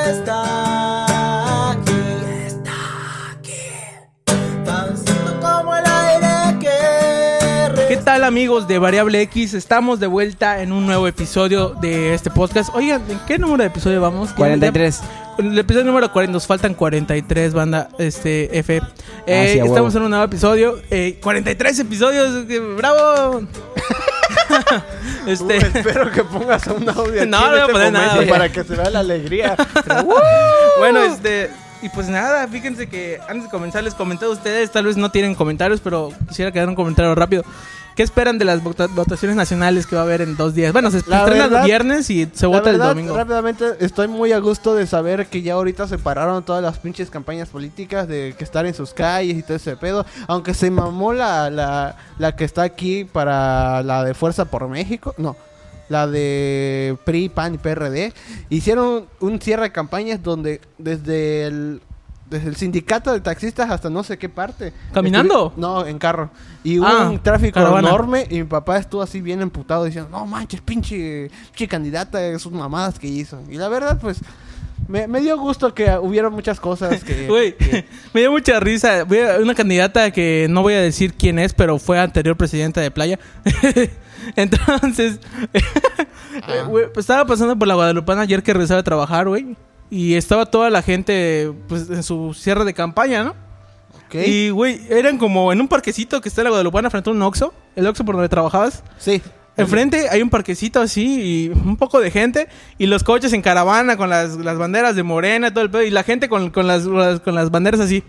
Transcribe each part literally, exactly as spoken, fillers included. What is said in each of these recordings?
está aquí, está aquí, tan cierto como el aire que... ¿Qué tal, amigos de Variable X? Estamos de vuelta en un nuevo episodio de este podcast. Oigan, ¿en qué número de episodio vamos? cuarenta y tres. El episodio número cuarenta, nos faltan cuarenta y tres, banda, este, F. Eh, Ah, sí, a estamos huevo. en un nuevo episodio, eh, cuarenta y tres episodios, eh, ¡bravo! este... Uh, espero que pongas un audio No, aquí no voy en a este poner momento nada, para que se vea la alegría. Bueno, este... Y pues nada, fíjense que antes de comenzar les comenté a ustedes, tal vez no tienen comentarios, pero quisiera que hagan un comentario rápido. ¿Qué esperan de las vota- votaciones nacionales que va a haber en dos días? Bueno, se La estrena el verdad- viernes y se La vota el verdad, domingo. rápidamente, estoy muy a gusto de saber que ya ahorita se pararon todas las pinches campañas políticas de que estar en sus calles y todo ese pedo. Aunque se mamó la, la, la que está aquí para la de Fuerza por México. No, la de P R I, P A N y P R D. Hicieron un cierre de campañas donde desde el... Desde el sindicato de taxistas hasta no sé qué parte. ¿Caminando? Estuvi- No, en carro. Y hubo Ah, un tráfico caravana. enorme y mi papá estuvo así bien emputado diciendo, no manches, pinche, pinche candidata, sus mamadas que hizo. Y la verdad, pues, me, me dio gusto que hubiera muchas cosas que... Güey, que- me dio mucha risa. Voy a- Una candidata que no voy a decir quién es, pero fue anterior presidenta de Playa. Entonces, Ah. güey, pues estaba pasando por la Guadalupana ayer que regresaba a trabajar, güey. Y estaba toda la gente, pues, en su cierre de campaña, ¿no? ok. Y, güey, eran como en un parquecito que está en la Guadalupana frente a un Oxxo. El Oxxo por donde trabajabas. Sí. Enfrente hay un parquecito así y un poco de gente y los coches en caravana con las, las banderas de Morena y todo el pedo y la gente con, con, las, las- con las banderas así.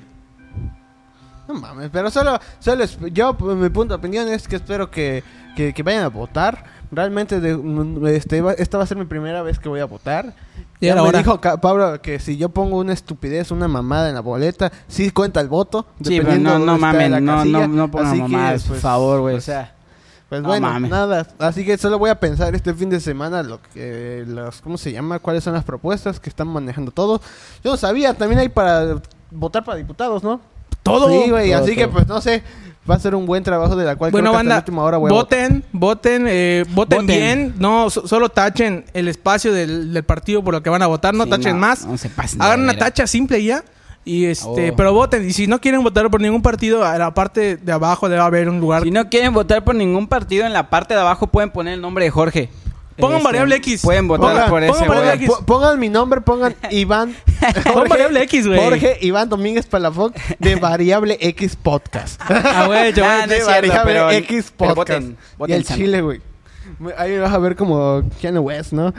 No mames, pero solo, solo esp- yo, pues, mi punto de opinión es que espero que, que, que vayan a votar. Realmente, de- mm, este, va- esta va a ser mi primera vez que voy a votar. Y Ya era me hora. dijo Ca- Pablo que si yo pongo una estupidez, una mamada en la boleta, sí cuenta el voto. Sí, pero dependiendo no, no dónde está la mamen, no, casilla. no, no pongan Así que, mamadas, por pues, favor, güey. O pues, sea, Pues no bueno, mames. nada. Así que solo voy a pensar este fin de semana lo que los, ¿cómo se llama? ¿Cuáles son las propuestas que están manejando todo? Yo no sabía, también hay para votar para diputados, ¿no? Todo. Sí, güey, Todo, así que todo. pues no sé, va a ser un buen trabajo de la cual Bueno, creo que hasta banda, la última hora voy a votar. voten, voten, eh, voten, Voten. bien. No, so- solo tachen el espacio del, del partido por lo que van a votar. No sí, tachen más. No se pasen. de Hagan una verga. tacha simple y ya. Y este, Oh. pero voten. Y si no quieren votar por ningún partido, a la parte de abajo debe haber un lugar. Si no quieren votar por ningún partido, en la parte de abajo pueden poner el nombre de Jorge. Pongan Este, variable X. Pueden votar Pongan- por pongan ese, variable güey. X. Po- pongan mi nombre, pongan Iván. Pon variable X, güey. Jorge Iván Domínguez Palafox de Variable X Podcast. Ah, güey, yo- Ah, no de es cierto, Variable pero- X pero Podcast. voten, y voten el sano. Chile, güey. Ahí me vas a ver como Keanu West, ¿no?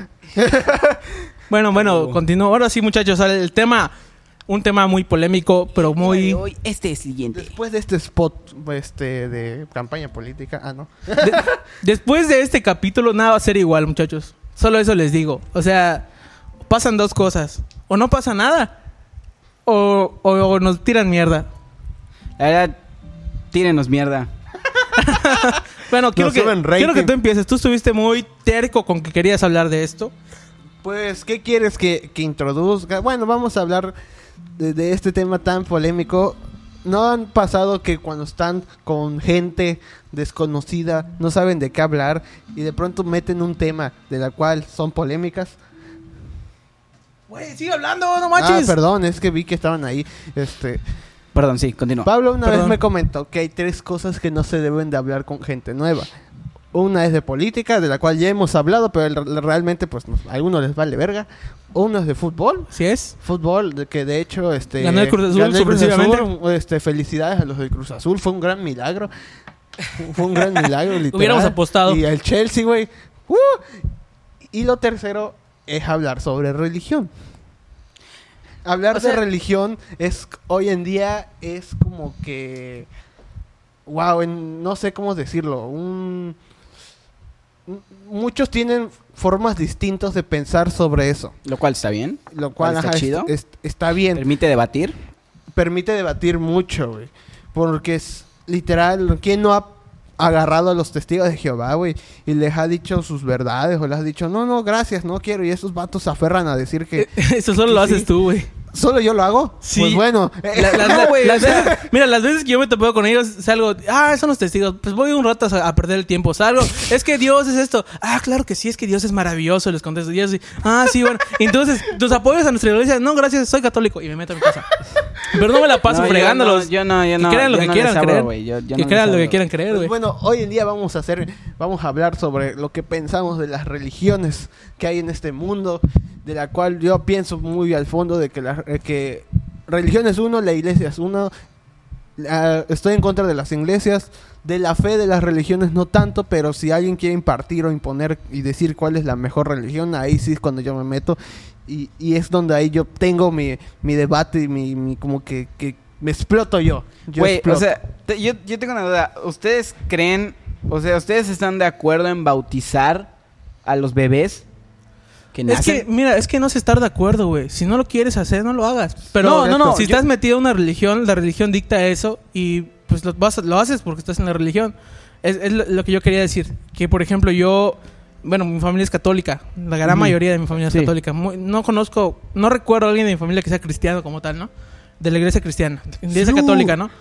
Bueno, bueno, continúo. Ahora sí, muchachos, sale el tema. Un tema muy polémico, pero muy... Hoy, este es el siguiente. Después de este spot este de campaña política, ah, no. De- después de este capítulo, nada va a ser igual, muchachos. Solo eso les digo. O sea, pasan dos cosas. O no pasa nada. O, o- o nos tiran mierda. La verdad, tírenos mierda. Bueno, quiero que, suben rating. quiero que tú empieces. Tú estuviste muy terco con que querías hablar de esto. Pues, ¿qué quieres que, que introduzca? Bueno, vamos a hablar de, de este tema tan polémico. ¿No han pasado que cuando están con gente desconocida no saben de qué hablar y de pronto meten un tema de la cual son polémicas? Güey, sigue hablando, no Ah, manches. perdón, es que vi que estaban ahí. Este, Perdón, sí, continúa. Pablo una Perdón. vez me comentó que hay tres cosas que no se deben de hablar con gente nueva. Una es de política, de la cual ya hemos hablado, pero el- realmente pues nos- a algunos les vale verga. Uno es de fútbol. ¿Sí es? Fútbol, de que de hecho este Ganó el Cruz Azul ganó el Cruz sorpresivamente. Azul, este, felicidades a los del Cruz Azul, fue un gran milagro. Fue un gran milagro, literal. Hubiéramos apostado. Y el Chelsea, güey. ¡Uh! Y lo tercero es hablar sobre religión. Hablar O sea- de religión es hoy en día es como que wow, en- no sé cómo decirlo, un m- muchos tienen formas distintas de pensar sobre eso, Lo cual está bien. lo cual está ajá, es- chido. es- está bien, Permite debatir. permite debatir mucho, güey, porque es literal, ¿quién no ha agarrado a los testigos de Jehová, güey, y les ha dicho sus verdades o les ha dicho, no, no, gracias, no quiero, y esos vatos se aferran a decir que Eso solo que lo sí. haces tú, güey. ¿Solo yo lo hago? Sí. Pues bueno. La- las- No, güey, las o sea- veces- mira, las veces que yo me topo con ellos, salgo, ah, son los testigos, pues voy un rato a, a perder el tiempo, salgo, es que Dios es esto, ah, claro que sí, es que Dios es maravilloso, les contesto, y yo así, ah, sí, bueno, entonces, ¿tus apoyos a nuestra iglesia? No, gracias, soy católico, y me meto a mi casa. Pero no me la paso No, yo fregándolos. no, Yo no, yo no. que crean lo yo que no quieran les abro, creer, güey, yo- yo que no crean les lo que abro. quieran creer, Pues güey. bueno, hoy en día vamos a hacer, vamos a hablar sobre lo que pensamos de las religiones que hay en este mundo, de la cual yo pienso muy al fondo de que la, eh, que religión es uno, la iglesia es uno. Uh, estoy en contra de las iglesias, de la fe de las religiones no tanto, pero si alguien quiere impartir o imponer y decir cuál es la mejor religión, ahí sí es cuando yo me meto y, y es donde ahí yo tengo mi, mi debate y mi, mi como que, que me exploto yo. Yo Güey, o exploto. sea, te- yo, yo tengo una duda. ¿Ustedes creen, o sea, ustedes están de acuerdo en bautizar a los bebés que Es nacen? que, mira, es que no se estar de acuerdo, güey. Si no lo quieres hacer, no lo hagas. Pero No, no, no, si yo- estás metido en una religión, la religión dicta eso y pues lo, vas, lo haces porque estás en la religión. Es, es lo, lo que yo quería decir. Que, por ejemplo, yo... Bueno, mi familia es católica. La gran Ujú. mayoría de mi familia es Sí. católica. Muy- no conozco... No recuerdo a alguien de mi familia que sea cristiano como tal, ¿no? De la iglesia cristiana. De la iglesia Sí. católica, ¿no?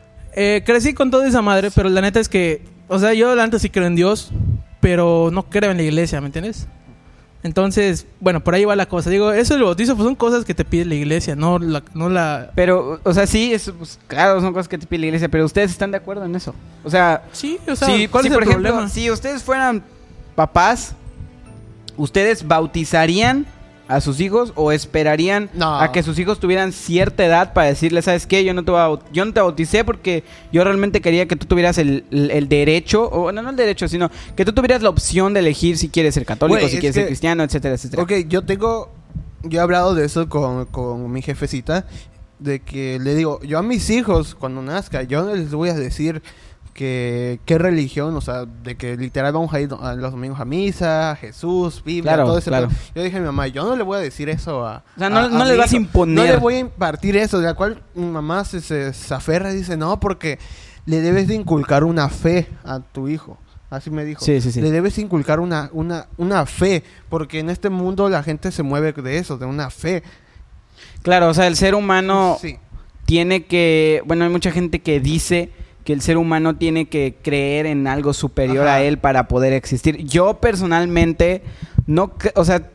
Eh, crecí con toda esa madre, pero la neta es que... O sea, yo la neta sí creo en Dios, pero no creo en la iglesia, ¿me entiendes? Entonces, bueno, por ahí va la cosa. Digo, eso del bautizo pues son cosas que te pide la iglesia, no la... No la... Pero, o sea, sí, es, pues, claro, son cosas que te pide la iglesia, pero ustedes están de acuerdo en eso. O sea, Sí, o sea, si, ¿cuál si, es por el ejemplo, problema? si ustedes fueran papás, ¿ustedes bautizarían a sus hijos o esperarían No. a que sus hijos tuvieran cierta edad para decirles, ¿sabes qué? Yo no te, voy a baut- yo no te bauticé porque yo realmente quería que tú tuvieras el, el- el derecho, o no, no el derecho, sino que tú tuvieras la opción de elegir si quieres ser católico, Güey, si es quieres que- ser cristiano, etcétera, etcétera. Ok, yo tengo... Yo he hablado de eso con, con mi jefecita, de que le digo, yo a mis hijos, cuando nazca, yo no les voy a decir que qué religión, o sea, de que literal vamos a ir a los domingos a misa, Jesús, Biblia, Claro, todo ese claro. pedo. Yo dije a mi mamá, yo no le voy a decir eso a... O sea, no- a- no a le mi vas a hijo. imponer. No le voy a impartir eso, de la cual mi mamá se, se, se aferra y dice, no, porque le debes de inculcar una fe a tu hijo. Así me dijo. Sí, sí, sí. Le debes inculcar una, una, una fe, porque en este mundo la gente se mueve de eso, de una fe. Claro, o sea, el ser humano Sí. tiene que, bueno, hay mucha gente que dice que el ser humano tiene que creer en algo superior Ajá. a él para poder existir. Yo personalmente no, cre- o sea,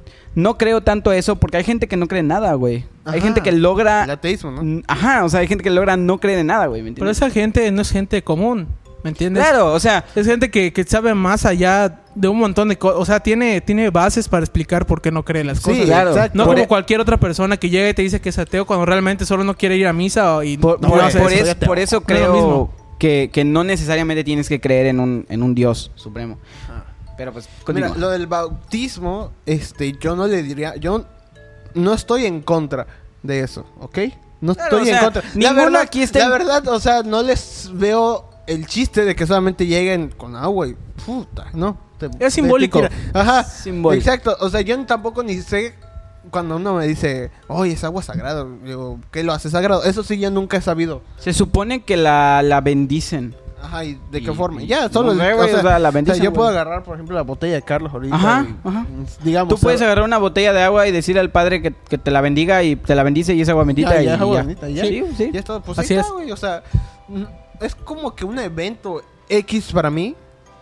no creo tanto eso porque hay gente que no cree en nada, güey. Hay Ajá. gente que logra, El ateísmo, ¿no? Mm, ajá, o sea, hay gente que logra no creer en nada, güey, ¿me Pero entiendes? esa gente no es gente común, ¿me entiendes? Claro, o sea, Es gente que, que sabe más allá de un montón de cosas. O sea, tiene, tiene bases para explicar por qué no cree las Sí, cosas. claro. exacto. No Por como e- cualquier otra persona que llega y te dice que es ateo cuando realmente solo no quiere ir a misa o- y por, no por- hace por eso. es- por eso No es lo creo mismo. que, que no necesariamente tienes que creer en un, en un Dios supremo. Ah. Pero pues, Mira, continúa. lo del bautismo, este, yo no le diría, yo no estoy en contra de eso, ¿ok? No Claro, estoy o sea, en contra. La ninguno verdad, aquí está la en- verdad, o sea, no les veo el chiste de que solamente lleguen con agua y puta, ¿no? Te- te- te simbólico. tira. Ajá, Simbólico. exacto. O sea, yo tampoco ni sé cuando uno me dice, oye, es agua sagrada, digo, ¿qué lo hace sagrado? Eso sí, yo nunca he sabido. Se supone que la, la bendicen. Ajá, ¿y de Y- qué forma? y- Ya, solo no sé, o güey, sea, o sea, la o sea, bendicen, yo puedo güey. agarrar, por ejemplo, la botella de Carlos ahorita. Ajá, y, ajá. digamos, Tú puedes ah, agarrar una botella de agua y decirle al padre que, que te la bendiga y te la bendice y es agua bendita. Ya, y, ya, y agua ya. bendita, ya. Sí, sí. Ya está, pues Así ahí está, es. güey. O sea, mm, es como que un evento X para mí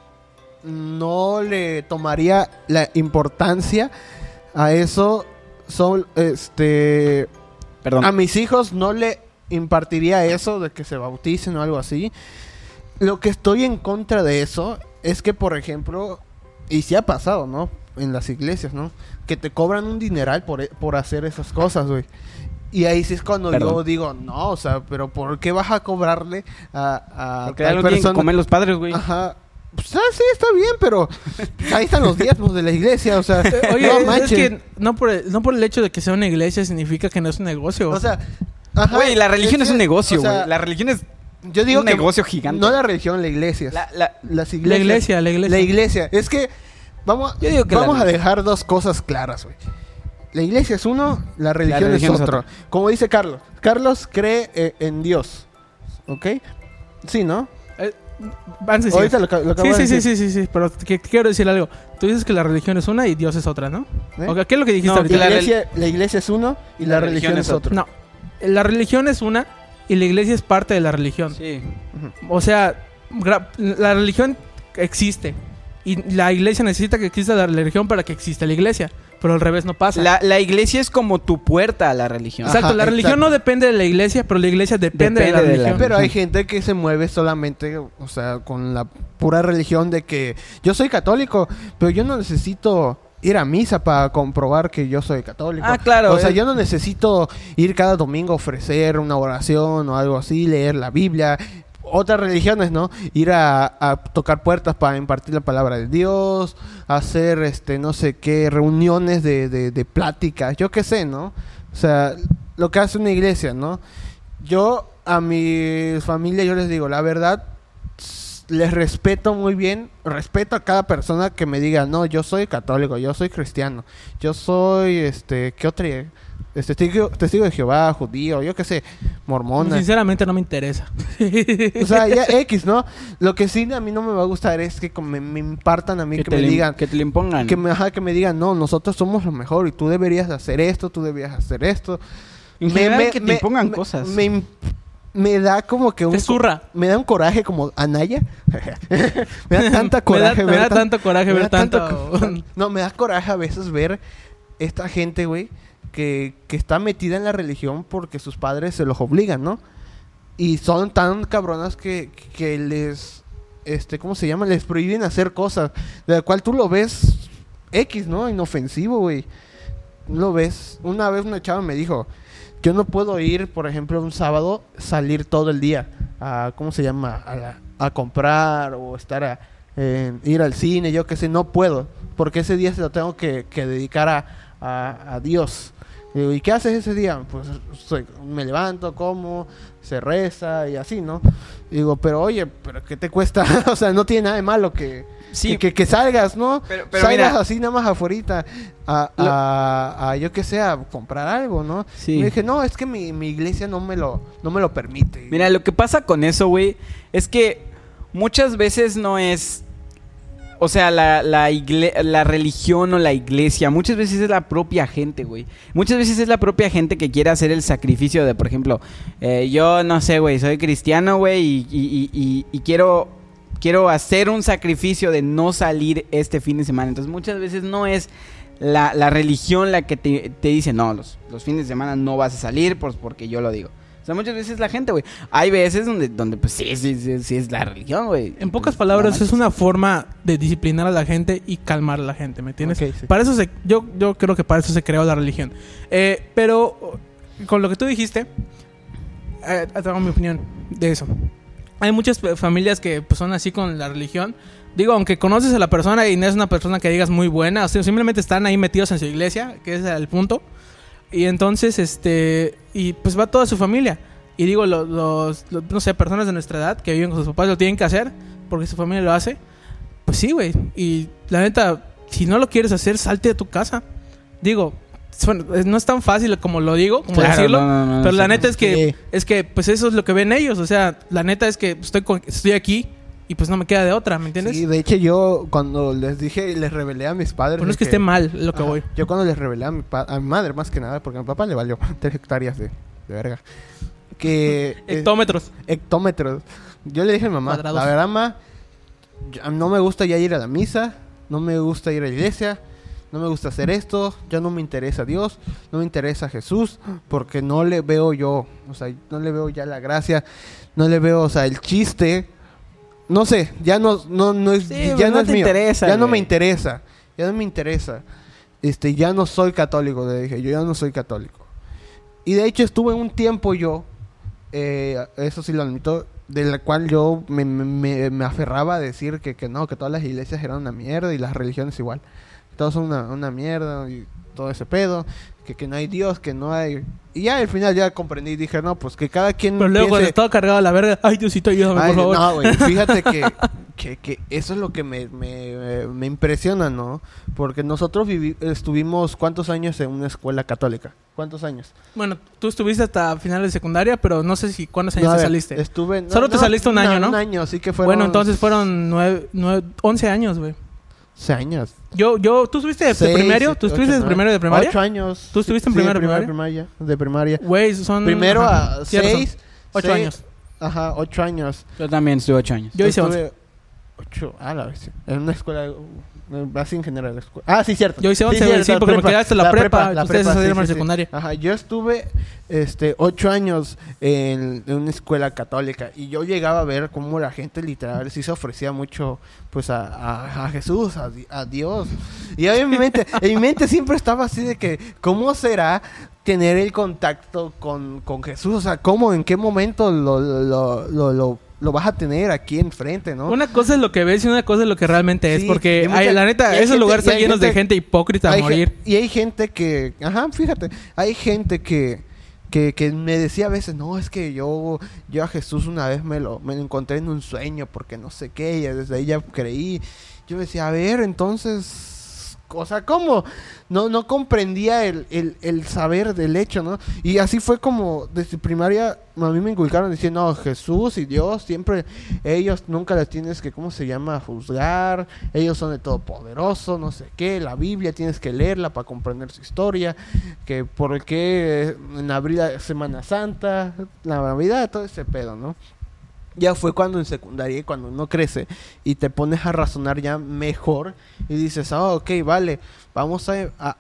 no le tomaría la importancia a eso. Son, este, Perdón. a mis hijos no le impartiría eso de que se bauticen o algo así. Lo que estoy en contra de eso es que, por ejemplo, y sí ha pasado, ¿no? En las iglesias, ¿no? Que te cobran un dineral por, e- por hacer esas cosas, güey. Y ahí sí es cuando Perdón. yo digo, no, o sea, pero ¿por qué vas a cobrarle a, a Porque tal algo tienen que persona? comer los padres, güey. Ajá. Pues, ah, sí, está bien, pero ahí están los diezmos de la iglesia, o sea, Oye, no es manches. que no por, el, no por el hecho de que sea una iglesia significa que no es un negocio. O sea, ajá, Güey, la religión es, que, un negocio, o sea, güey. La religión es yo digo un que negocio gigante. No la religión, la iglesia. La- la- Las la iglesias. iglesia, la iglesia. La iglesia. Es que vamos, Yo digo que vamos la- a dejar dos cosas claras, güey. La iglesia es uno, la religión, religión es es otro. otra. Como dice Carlos. Carlos cree eh, en Dios. ¿Ok? Sí, ¿no? Eh, Antes sí. Ahorita lo, ca- lo acabo Sí, de sí, sí, decir. sí, sí, sí, pero que- quiero decir algo. Tú dices que la religión es una y Dios es otra, ¿no? ¿Eh? Ok, ¿qué es lo que dijiste No, La ahorita? la iglesia, la iglesia es uno y la, religión, es otro. No, la religión es una y la iglesia es parte de la religión. Sí. O sea, gra- la religión existe y la iglesia necesita que exista la religión para que exista la iglesia, pero al revés no pasa. La, la iglesia es como tu puerta a la religión. Exacto, Ajá, la religión exacto. no depende de la iglesia, pero la iglesia depende, de la Depende de la- religión. Pero hay gente que se mueve solamente, o sea, con la pura religión de que yo soy católico, pero yo no necesito ir a misa para comprobar que yo soy católico. Ah, claro, O sea, eh. yo no necesito ir cada domingo a ofrecer una oración o algo así, leer la Biblia. Otras religiones, ¿no? Ir a, a tocar puertas para impartir la palabra de Dios, hacer, este, no sé qué, reuniones de, de, de pláticas, yo qué sé, ¿no? O sea, lo que hace una iglesia, ¿no? Yo a mi familia yo les digo, la verdad, s- les respeto muy bien, respeto a cada persona que me diga, no, yo soy católico, yo soy cristiano, yo soy, este, ¿qué otra? Este, testigo, testigo de Jehová, judío, yo qué sé, mormona. Sinceramente no me interesa. O sea, ya X, ¿no? Lo que sí a mí no me va a gustar es que como me, me impartan a mí, que, te me le- digan, que te le impongan. que me, ajá, que me digan, no, nosotros somos lo mejor y tú deberías hacer esto, tú deberías hacer esto. En general, que te impongan cosas. Me, im- me da como que un... Te zurra. Me da un coraje como Anaya. me da tanta coraje me da, me da tan- tanto coraje me ver da tanto tanto... co- No, me da coraje a veces ver esta gente, güey, que, que está metida en la religión porque sus padres se los obligan, ¿no? Y son tan cabronas que, que les, este, ¿cómo se llama? Les prohíben hacer cosas, de la cual tú lo ves X, ¿no? Inofensivo, güey. Lo ves. Una vez una chava me dijo, yo no puedo ir, por ejemplo, un sábado, salir todo el día a, ¿cómo se llama? A, la- a comprar o estar a, eh, ir al cine, yo qué sé, no puedo, porque ese día se lo tengo que, que dedicar a, a, a Dios. Y digo, ¿y qué haces ese día? Pues soy- me levanto, como, se reza y así, ¿no? Y digo, pero oye, ¿pero qué te cuesta? O sea, no tiene nada de malo que, Sí. que, que, que salgas, ¿no? Pero- pero salgas mira- así nada más afuera a, a, a, yo qué sé, a comprar algo, ¿no? Sí. Y me dije, no, es que mi, mi iglesia no me lo, no me lo permite. Mira, lo que pasa con eso, güey, es que muchas veces no es... O sea, la, la, igle- la religión o la iglesia, muchas veces es la propia gente, güey. Muchas veces es la propia gente que quiere hacer el sacrificio de, por ejemplo, eh, yo no sé, güey, soy cristiano, güey, y, y, y, y quiero, quiero hacer un sacrificio de no salir este fin de semana. Entonces, muchas veces no es la, la religión la que te, te dice, no, los, los fines de semana no vas a salir pues, porque yo lo digo. O sea, muchas veces la gente, güey. Hay veces donde, donde pues sí, sí, sí, sí es la religión, güey. En pocas Pues, palabras, no es manches. una forma de disciplinar a la gente y calmar a la gente, ¿me entiendes? Ok, sí. Para eso se, yo, yo creo que para eso se creó la religión. Eh, pero con lo que tú dijiste, eh, tengo mi opinión de eso. Hay muchas eh, familias que pues, son así con la religión. Digo, aunque conoces a la persona y no es una persona que digas muy buena, o sea, simplemente están ahí metidos en su iglesia, que es el punto. Y entonces, este, y pues va toda su familia. Y digo, lo- los, los, no sé, personas de nuestra edad que viven con sus papás lo tienen que hacer porque su familia lo hace. Pues sí, güey. Y la neta, si no lo quieres hacer, salte de tu casa. Digo, bueno, es- no es tan fácil como lo digo, como Claro, decirlo. no, no, no, pero la sí. neta es que, Sí. es que, pues eso es lo que ven ellos. O sea, la neta es que estoy, con- estoy aquí y pues no me queda de otra, ¿me entiendes? Sí, de hecho yo cuando les dije, les revelé a mis padres... Pues no es de que esté mal lo que Ajá. voy. Yo cuando les revelé a mi, pa- a mi madre, más que nada, porque a mi papá le valió tres hectáreas de, de verga. Que... eh, Hectómetros. hectómetros. Yo le dije a mi mamá, Cuadrados. la verdad, ma, yo- no me gusta ya ir a la misa, no me gusta ir a la iglesia, no me gusta hacer esto, ya no me interesa Dios, no me interesa Jesús, porque no le veo yo, o sea, no le veo ya la gracia, no le veo, o sea, el chiste, no sé, ya no, no, no es, Sí, ya pues no, no es te mío, interesa, ya no me güey. interesa, ya no me interesa, este, ya no soy católico, le dije, yo ya no soy católico. Y de hecho estuve un tiempo yo, eh, eso sí lo admito, de la cual yo me, me- me, me aferraba a decir que, que no, que todas las iglesias eran una mierda y las religiones igual. Todas son una, una mierda y todo ese pedo, que, que no hay Dios, que no hay... Y ya al final ya comprendí y dije, no, pues que cada quien Pero luego cuando piense... estaba cargado a la verga, ay Diosito, ayúdame, Ay, por favor. no, güey, fíjate que, que, que eso es lo que me, me, me, me impresiona, ¿no? Porque nosotros vivi- estuvimos, ¿cuántos años en una escuela católica? ¿Cuántos años? Bueno, tú estuviste hasta finales de secundaria, pero no sé si cuántos años No, a te ver, saliste. Estuve... no, Solo te no, saliste un año, ¿no? Un año, sí que fueron... Bueno, entonces fueron nueve, nueve, once años, güey. once años. Yo, yo, ¿tú estuviste de Seis, primario? siete, ¿Tú estuviste ocho, de primero de primaria? Ocho años. ¿Tú estuviste en Sí, primero de primero primaria? De primaria. Güey, son... Primero ajá, a tienes razón. seis. Ocho seis- años. Ajá, ocho años. Yo también estuve ocho años. Yo hice Estuve once. Ocho, ah, la vez. En una escuela, uh, así en general. La escuela. Ah, sí, cierto. Yo hice once, Sí, güey, cierto, sí, porque me prepa, quedé hasta la prepa, ustedes se salieron a la sí, sí. secundaria. Ajá, yo estuve este, ocho años en, en una escuela católica y yo llegaba a ver cómo la gente literal sí se ofrecía mucho pues a, a, a Jesús, a, di- a Dios. Y en mi mente, en mi mente siempre estaba así de que, ¿cómo será tener el contacto con, con Jesús? O sea, ¿cómo, en qué momento lo, lo, lo, lo, lo vas a tener aquí enfrente, no? Una cosa es lo que ves y una cosa es lo que realmente es. Sí, Porque, y mucha- hay- la neta, y hay esos gente- lugares y están hay llenos de gente- gente hipócrita a Hay morir. gen- y hay gente que, ajá, fíjate, hay gente que, que, que me decía a veces, no, es que yo, yo a Jesús una vez me lo, me lo encontré en un sueño porque no sé qué, y desde ahí ya creí. Yo decía, a ver, entonces, o sea, ¿cómo? No, no comprendía el, el, el saber del hecho, ¿no? Y así fue como desde primaria a mí me inculcaron diciendo, no, Jesús y Dios siempre, ellos nunca les tienes que, ¿cómo se llama? Juzgar, ellos son de todopoderoso, no sé qué, la Biblia tienes que leerla para comprender su historia, que por qué en abril Semana Santa, la Navidad, todo ese pedo, ¿no? Ya fue cuando en secundaria, cuando uno crece y te pones a razonar ya mejor y dices, ah, ok, vale, vamos a, a,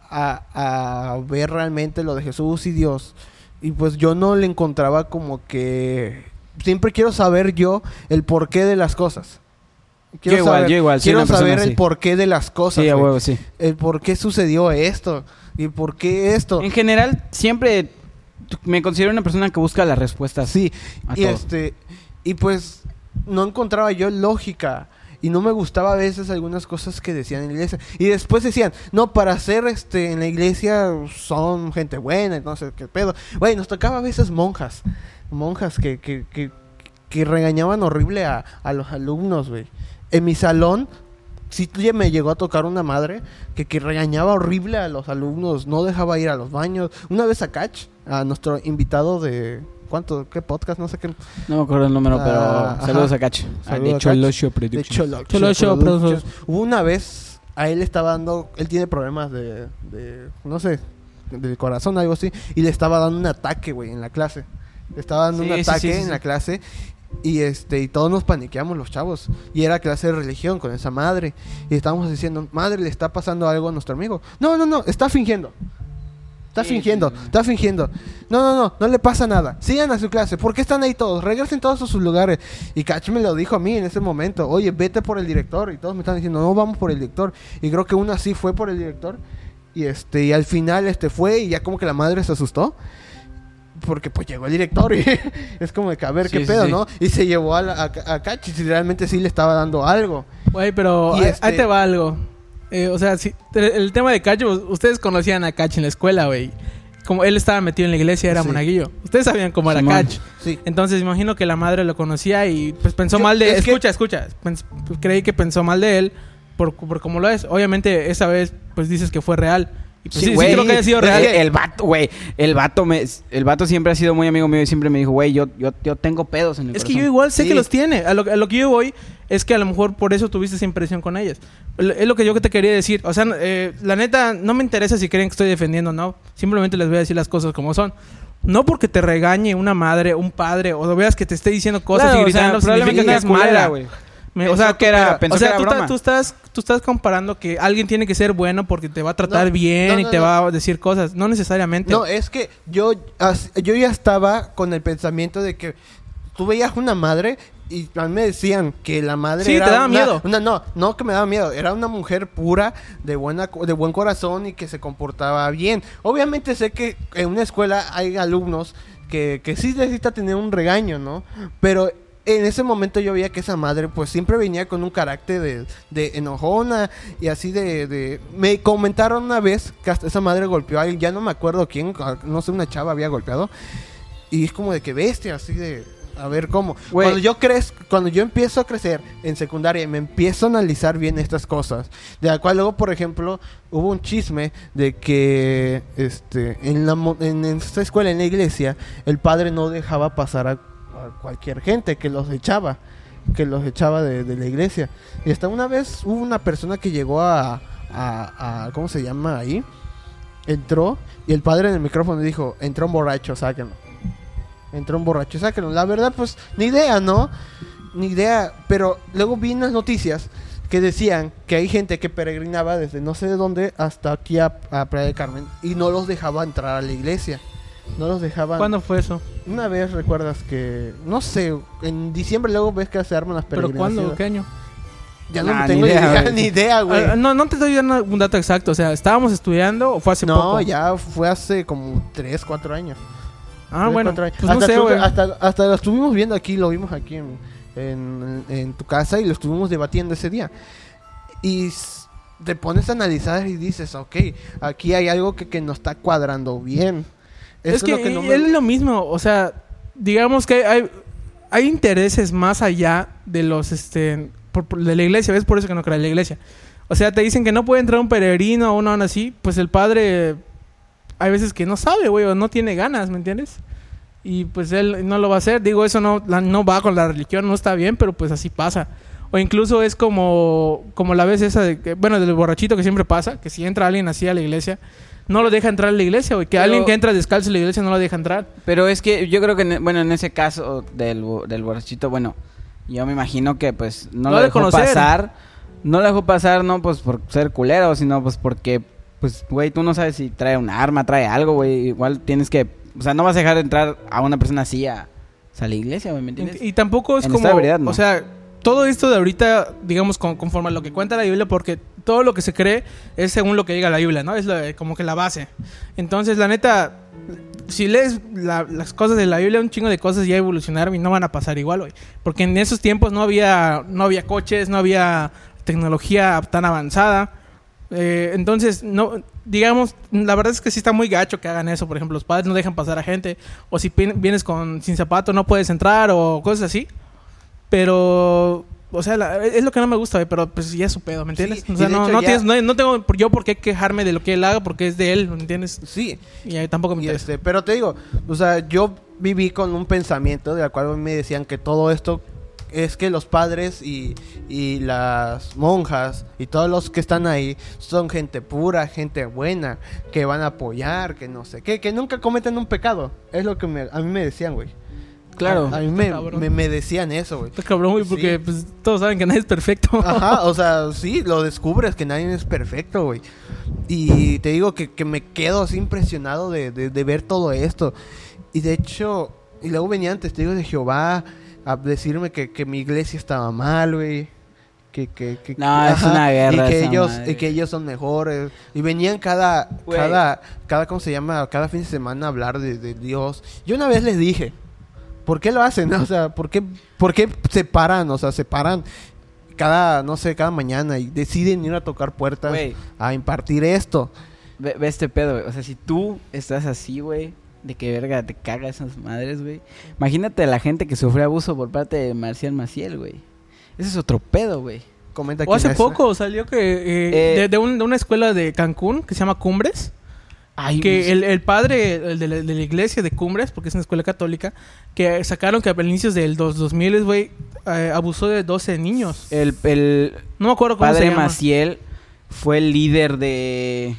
a, a ver realmente lo de Jesús y Dios. Y pues yo no le encontraba como que... Siempre quiero saber yo el porqué de las cosas. Quiero Yo igual, saber, yo igual, soy quiero una persona saber así. el porqué de las cosas. Sí, a güey. huevo, sí. El por qué sucedió esto y por qué esto. En general, siempre t- me considero una persona que busca las respuestas. Sí, a y todo. este y pues no encontraba yo lógica y no me gustaba a veces algunas cosas que decían en la iglesia y después decían, "No, para ser este en la iglesia son gente buena", entonces qué pedo. Güey, nos tocaba a veces monjas, monjas que que que, que regañaban horrible a, a los alumnos, güey. En mi salón sí ya me llegó a tocar una madre que, que regañaba horrible a los alumnos, no dejaba ir a los baños. Una vez a Catch, a nuestro invitado de... ¿Cuánto? ¿Qué podcast? No sé qué... No me acuerdo el número, pero Ah, saludos ajá. a Cacho. Ah, Saludos de a Cacho. Cholosho De Productions. Cholo, Cholo Show Productions. Productions. Hubo una vez, a él estaba dando... Él tiene problemas de... de no sé, del corazón, algo así. Y le estaba dando un ataque, güey, en la clase. Le estaba dando Sí, un sí, ataque sí, sí, en sí. la clase. Y este y todos nos paniqueamos los chavos. Y era clase de religión con esa madre. Y estábamos diciendo, madre, le está pasando algo a nuestro amigo. No, no, no, está fingiendo. Está Sí, fingiendo, sí, sí. está fingiendo. No, no, no, no le pasa nada. Sigan a su clase. ¿Por qué están ahí todos? Regresen todos a sus lugares. Y Catch me lo dijo a mí en ese momento. Oye, vete por el director. Y todos me están diciendo, no, vamos por el director. Y creo que uno así fue por el director. Y este y al final este fue y ya como que la madre se asustó. Porque pues llegó el director y es como de que a ver Sí, qué sí, pedo, sí. ¿no? Y se llevó a, la, a, a Catch y si realmente sí le estaba dando algo. Güey, pero Y ahí, este- ahí te va algo. Eh, o sea, si, el, el tema de Cacho, ustedes conocían a Cacho en la escuela, güey. Como él estaba metido en la iglesia, era Sí. monaguillo. Ustedes sabían cómo era Simón. Cacho. Sí. Entonces imagino que la madre lo conocía y pues pensó Yo- mal de... es que- Escucha, escucha. Pens- creí que pensó mal de él por, por cómo lo es. Obviamente esa vez pues dices que fue real. Y, pues, sí, sí güey. creo que haya sido Es real. que el vato, güey. El vato me, el vato siempre ha sido muy amigo mío y siempre me dijo, güey, yo, yo, yo tengo pedos en el Es que corazón. yo igual sé Sí. que los tiene. A lo, a lo que yo voy es que a lo mejor por eso tuviste esa impresión con ellas. L- Es lo que yo te quería decir. O sea, eh, la neta, no me interesa si creen que estoy defendiendo o no. Simplemente les voy a decir las cosas como son. No porque te regañe una madre, un padre, o veas que te esté diciendo cosas Claro, y o sea, gritando, probablemente significa que una es culera, mala. güey. Me- Pensó o sea, que era- pensó o sea, que era tú, ta- broma. tú estás, tú estás comparando que alguien tiene que ser bueno porque te va a tratar No, bien no, no, y te no. va a decir cosas. No necesariamente. No, es que yo, as- yo ya estaba con el pensamiento de que tú veías una madre y a mí me decían que la madre Sí, era te daba una- miedo. una- no, no que me daba miedo, era una mujer pura, de buena co- de buen corazón y que se comportaba bien. Obviamente sé que en una escuela hay alumnos que, que sí necesita tener un regaño, ¿no? Pero en ese momento yo veía que esa madre pues siempre venía con un carácter de, de enojona y así de, de... Me comentaron una vez que hasta esa madre golpeó a alguien, ya no me acuerdo quién, no sé, una chava había golpeado. Y es como de que bestia, así de... a ver cómo. Güey. Cuando yo crez, cuando yo empiezo a crecer en secundaria y me empiezo a analizar bien estas cosas, de la cual luego, por ejemplo, hubo un chisme de que este en la mo- en esta escuela, en la iglesia, el padre no dejaba pasar a, a cualquier gente, que los echaba, que los echaba de, de la iglesia. Y hasta una vez hubo una persona que llegó a, a, a ¿cómo se llama ahí? Entró y el padre en el micrófono dijo, entró un borracho, sáquenlo. Entró un borracho, sáquenlo. La verdad, pues, ni idea, ¿no? Ni idea. Pero luego vi unas noticias que decían que hay gente que peregrinaba desde no sé de dónde hasta aquí a, a Playa del Carmen y no los dejaba entrar a la iglesia. No los dejaban. ¿Cuándo fue eso? Una vez recuerdas que, no sé, en diciembre luego ves que se arman las ¿Pero peregrinaciones. cuándo? ¿Qué año? Ya no Nah, tengo ni ni idea, idea, güey. ni idea, güey. Ah, no, no te estoy dando un dato exacto. O sea, ¿estábamos estudiando o fue hace No, poco? ya fue hace como tres, cuatro años. Ah, Tres, bueno. cuatro años. Pues no hasta, sé, estuve- güey. hasta, hasta lo estuvimos viendo aquí, lo vimos aquí en, en, en tu casa y lo estuvimos debatiendo ese día. Y s- te pones a analizar y dices, ok, aquí hay algo que, que no está cuadrando bien. Eso Es que, lo que no me- es lo mismo. O sea, digamos que hay, hay intereses más allá de los, este, por- por- de la iglesia. ¿Ves? Por eso que no creo en la iglesia. O sea, te dicen que no puede entrar un peregrino o una onda así. Pues el padre, hay veces que no sabe, güey, o no tiene ganas, ¿me entiendes? Y pues él no lo va a hacer. Digo, eso no, la- no va con la religión, no está bien, pero pues así pasa. O incluso es como, como la vez esa de que, bueno, del borrachito que siempre pasa, que si entra alguien así a la iglesia, no lo deja entrar a la iglesia, güey. Que Pero- alguien que entra descalzo a la iglesia no lo deja entrar. Pero es que yo creo que, en- bueno, en ese caso del, bo- del borrachito, bueno, yo me imagino que pues no Lo lo, ha de dejó conocer. pasar. No lo dejó pasar, no pues por ser culero, sino pues porque, pues, güey, tú no sabes si trae un arma, trae algo, güey. Igual tienes que, o sea, no vas a dejar entrar a una persona así a, o sea, a la iglesia, güey, ¿me entiendes? Y, y tampoco es En como, esta ebriedad, ¿no? o sea, todo esto de ahorita, digamos, con- conforme a lo que cuenta la Biblia, porque todo lo que se cree es según lo que diga la Biblia, ¿no? Es la- como que la base. Entonces, la neta, si lees la- las cosas de la Biblia, un chingo de cosas ya evolucionaron y no van a pasar igual, güey. Porque en esos tiempos no había, no había coches, no había tecnología tan avanzada. Eh, entonces, no, digamos, la verdad es que sí está muy gacho que hagan eso. Por ejemplo, los padres no dejan pasar a gente. O si pin- vienes con sin zapato no puedes entrar o cosas así. Pero, o sea, la- es lo que no me gusta, güey, pero pues ya es su pedo, ¿me entiendes? Sí, o sea, y de no, hecho no, ya- tienes, no, no tengo por- yo por qué quejarme de lo que él haga porque es de él, ¿me entiendes? Sí, Y a mí tampoco me y interesa. este, pero te digo, o sea, yo viví con un pensamiento de la cual me decían que todo esto es que los padres y, y las monjas y todos los que están ahí son gente pura, gente buena, que van a apoyar, que no sé qué, que nunca cometen un pecado. Es lo que me- a mí me decían, güey. Claro. A, a mí me, cabrón. me, me decían eso, güey. Está cabrón, güey, porque Sí. pues, todos saben que nadie es perfecto. Ajá, o sea, sí, lo descubres que nadie es perfecto, güey. Y te digo que, que me quedo así impresionado de, de, de ver todo esto. Y de hecho, y luego venían testigos de Jehová a decirme que, que mi iglesia estaba mal, güey. Que, que, que, No, que- es una guerra Y que esa ellos, madre. y que ellos son mejores. Y venían cada, Güey. cada, cada, ¿cómo se llama? Cada fin de semana a hablar de, de Dios. Yo una vez les dije, ¿por qué lo hacen? O sea, ¿por qué, ¿por qué se paran? O sea, se paran cada, no sé, cada mañana y deciden ir a tocar puertas Güey. a impartir esto. Ve, ve este pedo, güey. O sea, si tú estás así, güey, de que verga te caga esas madres, güey. Imagínate a la gente que sufre abuso por parte de Marcial Maciel, güey. Ese es otro pedo, güey. Comenta O quién hace es. poco salió que eh, Eh, de, de un- de una escuela de Cancún que se llama Cumbres. Ay, Que el, el padre el de, la, de la iglesia de Cumbres, porque es una escuela católica, que sacaron que a inicios del dos- dos mil, güey, eh, abusó de doce niños. el, el No me acuerdo cómo se padre llama. Maciel fue el líder de...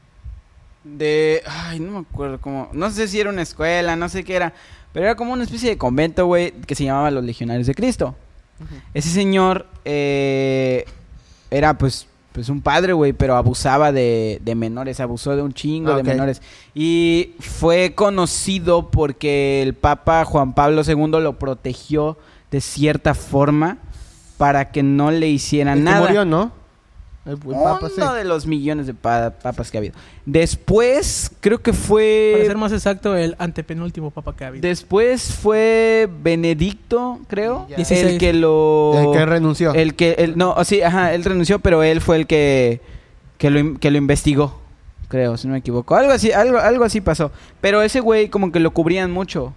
De... Ay, no me acuerdo cómo... No sé si era una escuela, no sé qué era. Pero era como una especie de convento, güey, que se llamaba Los Legionarios de Cristo. Ese señor eh, era pues pues un padre, güey, pero abusaba de, de menores, abusó de un chingo Ah, de ok. menores. Y fue conocido porque el Papa Juan Pablo segundo lo protegió de cierta forma para que no le hicieran El que nada. murió, ¿no? El, el papa, sí. Uno de los millones de pa- papas que ha habido. Después, creo que Para fue... ser más exacto, el antepenúltimo papa que ha habido. Después fue Benedicto, creo. Ya. El dieciséis. que lo... El que renunció. El que, el, no, sí, ajá, él renunció, pero él fue el que, que, lo, in- que lo investigó, creo, si no me equivoco. Algo así, algo, algo así pasó. Pero ese güey como que lo cubrían mucho.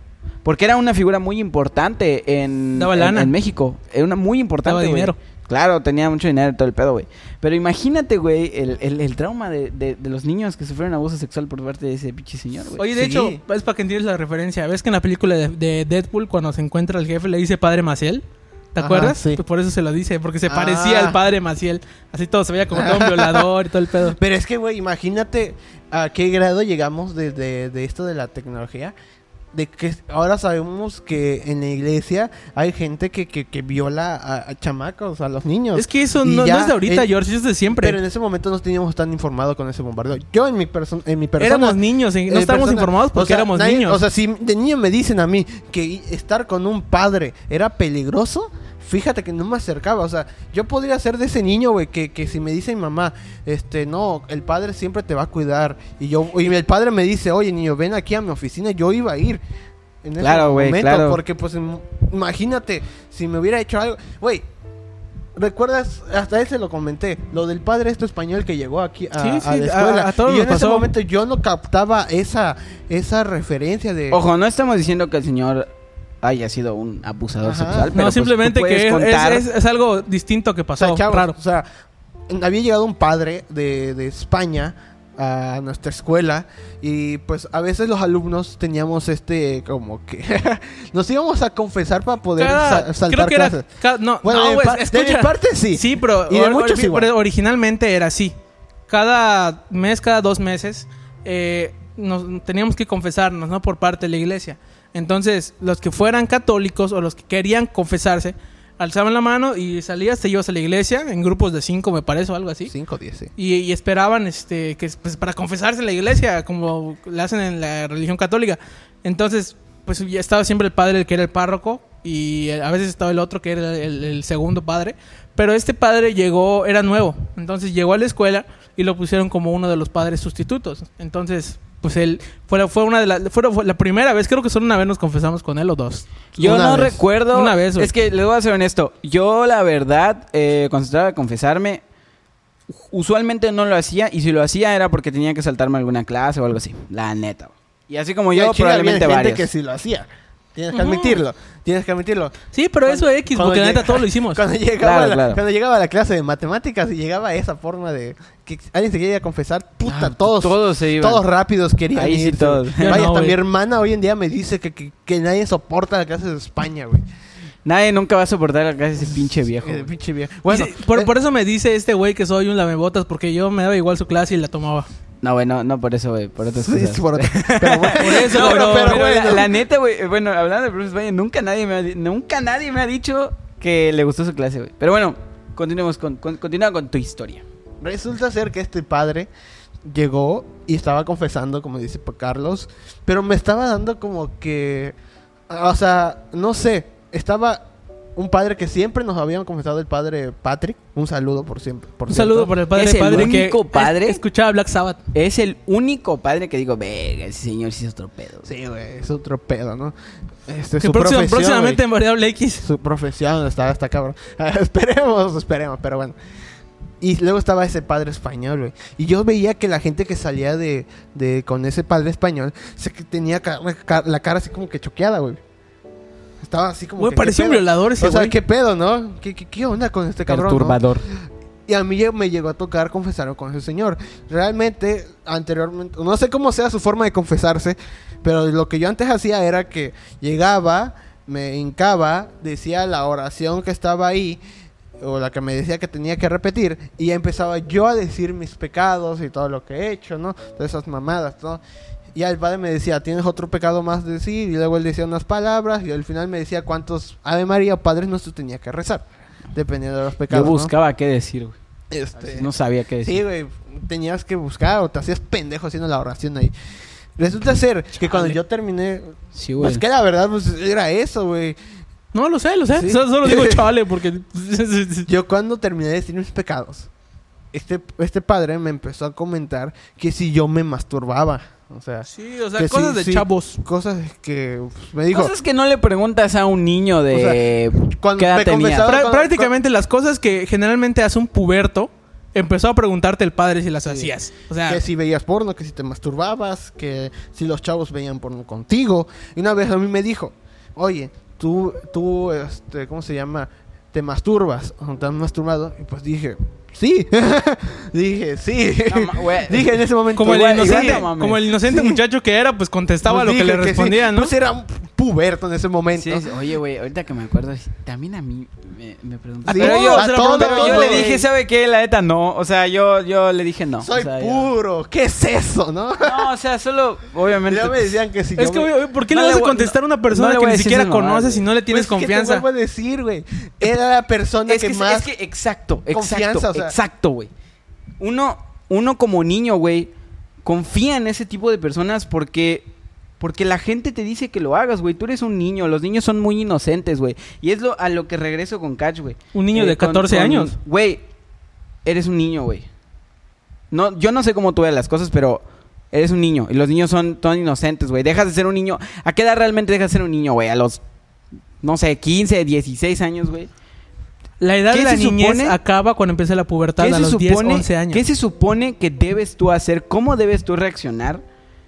Porque era una figura muy importante en, Daba en, lana. en México. Era una muy importante, Daba güey. dinero. Claro, tenía mucho dinero y todo el pedo, güey. Pero imagínate, güey, el, el, el trauma de, de, de los niños que sufrieron abuso sexual por parte de ese pinche señor, güey. Oye, de Sí. hecho, es para que entiendas la referencia. ¿Ves que en la película de, de Deadpool, cuando se encuentra el jefe, le dice Padre Maciel? ¿Te Ajá, acuerdas? sí. Pues por eso se lo dice, porque se Ah. parecía al Padre Maciel. Así todo, se veía como todo un violador y todo el pedo. Pero es que, güey, imagínate a qué grado llegamos de, de, de esto de la tecnología. De que ahora sabemos que en la iglesia hay gente que, que, que viola a, a chamacos, a los niños. Es que eso Y no, ya no es de ahorita, en- George, eso es de siempre. Pero en ese momento no teníamos tan informado con ese bombardeo. Yo en mi, perso en mi persona... Éramos niños, y no eh, estábamos persona- informados porque o sea, éramos nadie- niños. O sea, si de niño me dicen a mí que i- estar con un padre era peligroso, fíjate que no me acercaba. O sea, yo podría ser de ese niño, güey, que, que si me dice mi mamá, este, no, el padre siempre te va a cuidar. Y yo y el padre me dice, oye, niño, ven aquí a mi oficina, yo iba a ir. En ese Claro, güey, momento, claro. porque pues im- imagínate si me hubiera hecho algo, güey. ¿Recuerdas? Hasta él se lo comenté. Lo del padre esto español que llegó aquí a, Sí, a sí, la escuela. a- a todos y yo nos en ese pasó. momento yo no captaba esa, esa referencia de... Ojo, no estamos diciendo que el señor haya sido un abusador Ajá. sexual, no, pero pues, simplemente tú puedes que es, contar... es- es algo distinto que O pasó. sea, chavos, raro. o sea, había llegado un padre de, de España a nuestra escuela y pues a veces los alumnos teníamos este como que nos íbamos a confesar para poder Cada- sa- saltar creo que era, clases. ca- no, Bueno, no, de, mi güey, par- de escucha. mi parte sí. Sí, pero, Y de or- muchos or- igual. pero originalmente era así. Cada mes, cada dos meses, eh, nos teníamos que confesarnos, ¿no? Por parte de la iglesia. Entonces, los que fueran católicos o los que querían confesarse, alzaban la mano y salías, te ibas a la iglesia en grupos de cinco, me parece, o algo así. cinco o diez, sí. Y, y esperaban este que pues, para confesarse en la iglesia, como le hacen en la religión católica. Entonces, pues ya estaba siempre el padre, el que era el párroco, y a veces estaba el otro que era el, el segundo padre. Pero este padre llegó, era nuevo, entonces llegó a la escuela y lo pusieron como uno de los padres sustitutos. Entonces, pues él fue, fue una de las, fue, fue la primera vez, creo que solo una vez nos confesamos con él o dos. Yo Una no vez. recuerdo. Una vez, güey. Es que les voy a ser honesto. Yo, la verdad, eh, cuando se trataba de confesarme, usualmente no lo hacía. Y si lo hacía era porque tenía que saltarme alguna clase o algo así. La neta, güey. Y así como yo, Güey, Chile, había probablemente gente varios. que sí lo hacía. Tienes que Ujú. admitirlo. Tienes que admitirlo. Sí, pero eso es X, Cuando porque la neta llega- todo lo hicimos. Cuando llegaba, Claro, la, claro. cuando llegaba a la clase de matemáticas y llegaba esa forma de que alguien se quería confesar, puta, Ah, todos, todos se iban. todos rápidos querían Ahí sí, irse. todos. Vaya, Yo no, hasta güey. mi hermana hoy en día me dice que, que, que nadie soporta la clase de España, güey. Nadie nunca va a soportar la clase de ese pinche viejo. Eh, güey. pinche viejo. Bueno, Dice- por, eh, por eso me dice este güey que soy un lamebotas, porque yo me daba igual su clase y la tomaba. No, güey, no, no por eso, güey. Por otras sí, cosas. sí, por otro- pero bueno. Por eso, No, pero- pero, pero la, bueno. la neta, güey. Bueno, hablando de profesor España, nunca nadie me ha, di- nunca nadie me ha dicho que le gustó su clase, güey. Pero bueno, continuemos con, con, continúa con tu historia. Resulta ser que este padre llegó y estaba confesando, como dice pa- Carlos, pero me estaba dando como que, o sea, no sé, estaba un padre que siempre nos habían confesado, el padre Patrick. Un saludo por siempre. Por Un cierto. saludo por el padre ¿Es el padre único que padre? es- escuchaba Black Sabbath. Es el único padre que digo, verga, ese señor sí es otro pedo. Sí, güey, es otro pedo, ¿no? Este, Que su próxima- profesión, próximamente güey. en Variable X. Su profesión está, está cabrón. esperemos, esperemos, pero bueno. Y luego estaba ese padre español, güey. Y yo veía que la gente que salía de, de con ese padre español se que tenía ca- ca- la cara así como que choqueada, güey. Estaba así como Güey, que, ¿qué parecía un pedo? violador ese O sea, güey. ¿qué pedo, no? ¿Qué, qué, qué onda con este cabrón, no? Perturbador. Y a mí me llegó a tocar confesarme con ese señor. Realmente, anteriormente, no sé cómo sea su forma de confesarse, pero lo que yo antes hacía era que llegaba, me hincaba, decía la oración que estaba ahí, o la que me decía que tenía que repetir, y ya empezaba yo a decir mis pecados y todo lo que he hecho, ¿no? Todas esas mamadas, ¿no? Y el padre me decía, ¿tienes otro pecado más de decir? Y luego él decía unas palabras, y al final me decía cuántos Ave María o Padres Nuestros tenía que rezar, dependiendo de los Yo pecados, ¿no? buscaba qué decir, güey. Este, No sabía qué decir. sí, güey, tenías que buscar o te hacías pendejo haciendo la oración ahí. Resulta ser que cuando yo terminé, Sí, güey. pues que la verdad pues era eso, güey. No, lo sé, lo sé. Sí. Solo, solo digo chale porque... Yo cuando terminé de decir mis pecados, este, este padre me empezó a comentar que si yo me masturbaba, o sea, Sí, o sea, que cosas sí, de sí, chavos. cosas que pues, me dijo. Cosas que no le preguntas a un niño de... cuando ¿Qué edad me tenías? confesaba- Prá- cuando- prácticamente las cosas que generalmente hace un puberto, empezó a preguntarte el padre si las hacías. O sea, Que si veías porno, que si te masturbabas, que si los chavos veían porno contigo. Y una vez a mí me dijo, oye, tú, tú, este, ¿cómo se llama? ¿Te masturbas? ¿O te has masturbado? Y pues dije, sí. dije, sí. No, ma- güey. dije en ese momento. como el igual- inocente, igual no mames. como el inocente Sí. muchacho que era, pues contestaba Pues lo que dije le respondía, sí. ¿no? Pues era un puberto en ese momento. Sí, sí. Oye, güey, ahorita que me acuerdo, también a mí me, me preguntó. Sí, pero yo, a se lo todos, pregunté, pero yo todo, le dije, ¿sabe qué? La neta no. O sea, yo, yo le dije no. Soy o sea, yo- puro. ¿Qué es eso, no? No, o sea, solo, obviamente. Ya me decían que si Es yo que, me- güey, ¿por qué No le le vas a voy- contestar a una no persona le que voy a ni decir siquiera esas mamadas, conoces y güey. no le tienes Pues, ¿qué te confianza? vuelvo a decir, güey? Era la persona Es que, que, más... es que exacto, exacto, confianza, o sea. exacto, güey. Uno, uno como niño, güey, confía en ese tipo de personas porque, porque la gente te dice que lo hagas, güey. Tú eres un niño, los niños son muy inocentes, güey. Y es lo, a lo que regreso con Catch, güey. Un niño de con- catorce con- años. Güey, eres un niño, güey. No, yo no sé cómo tú ves las cosas, pero eres un niño. Y los niños son, son inocentes, güey. Dejas de ser un niño. ¿A qué edad realmente dejas de ser un niño, güey? A los, no sé, quince, dieciséis años, güey. La edad ¿Qué de la se niñez supone? acaba cuando empieza la pubertad ¿Qué a se los diez, supone- once años. ¿Qué se supone que debes tú hacer? ¿Cómo debes tú reaccionar?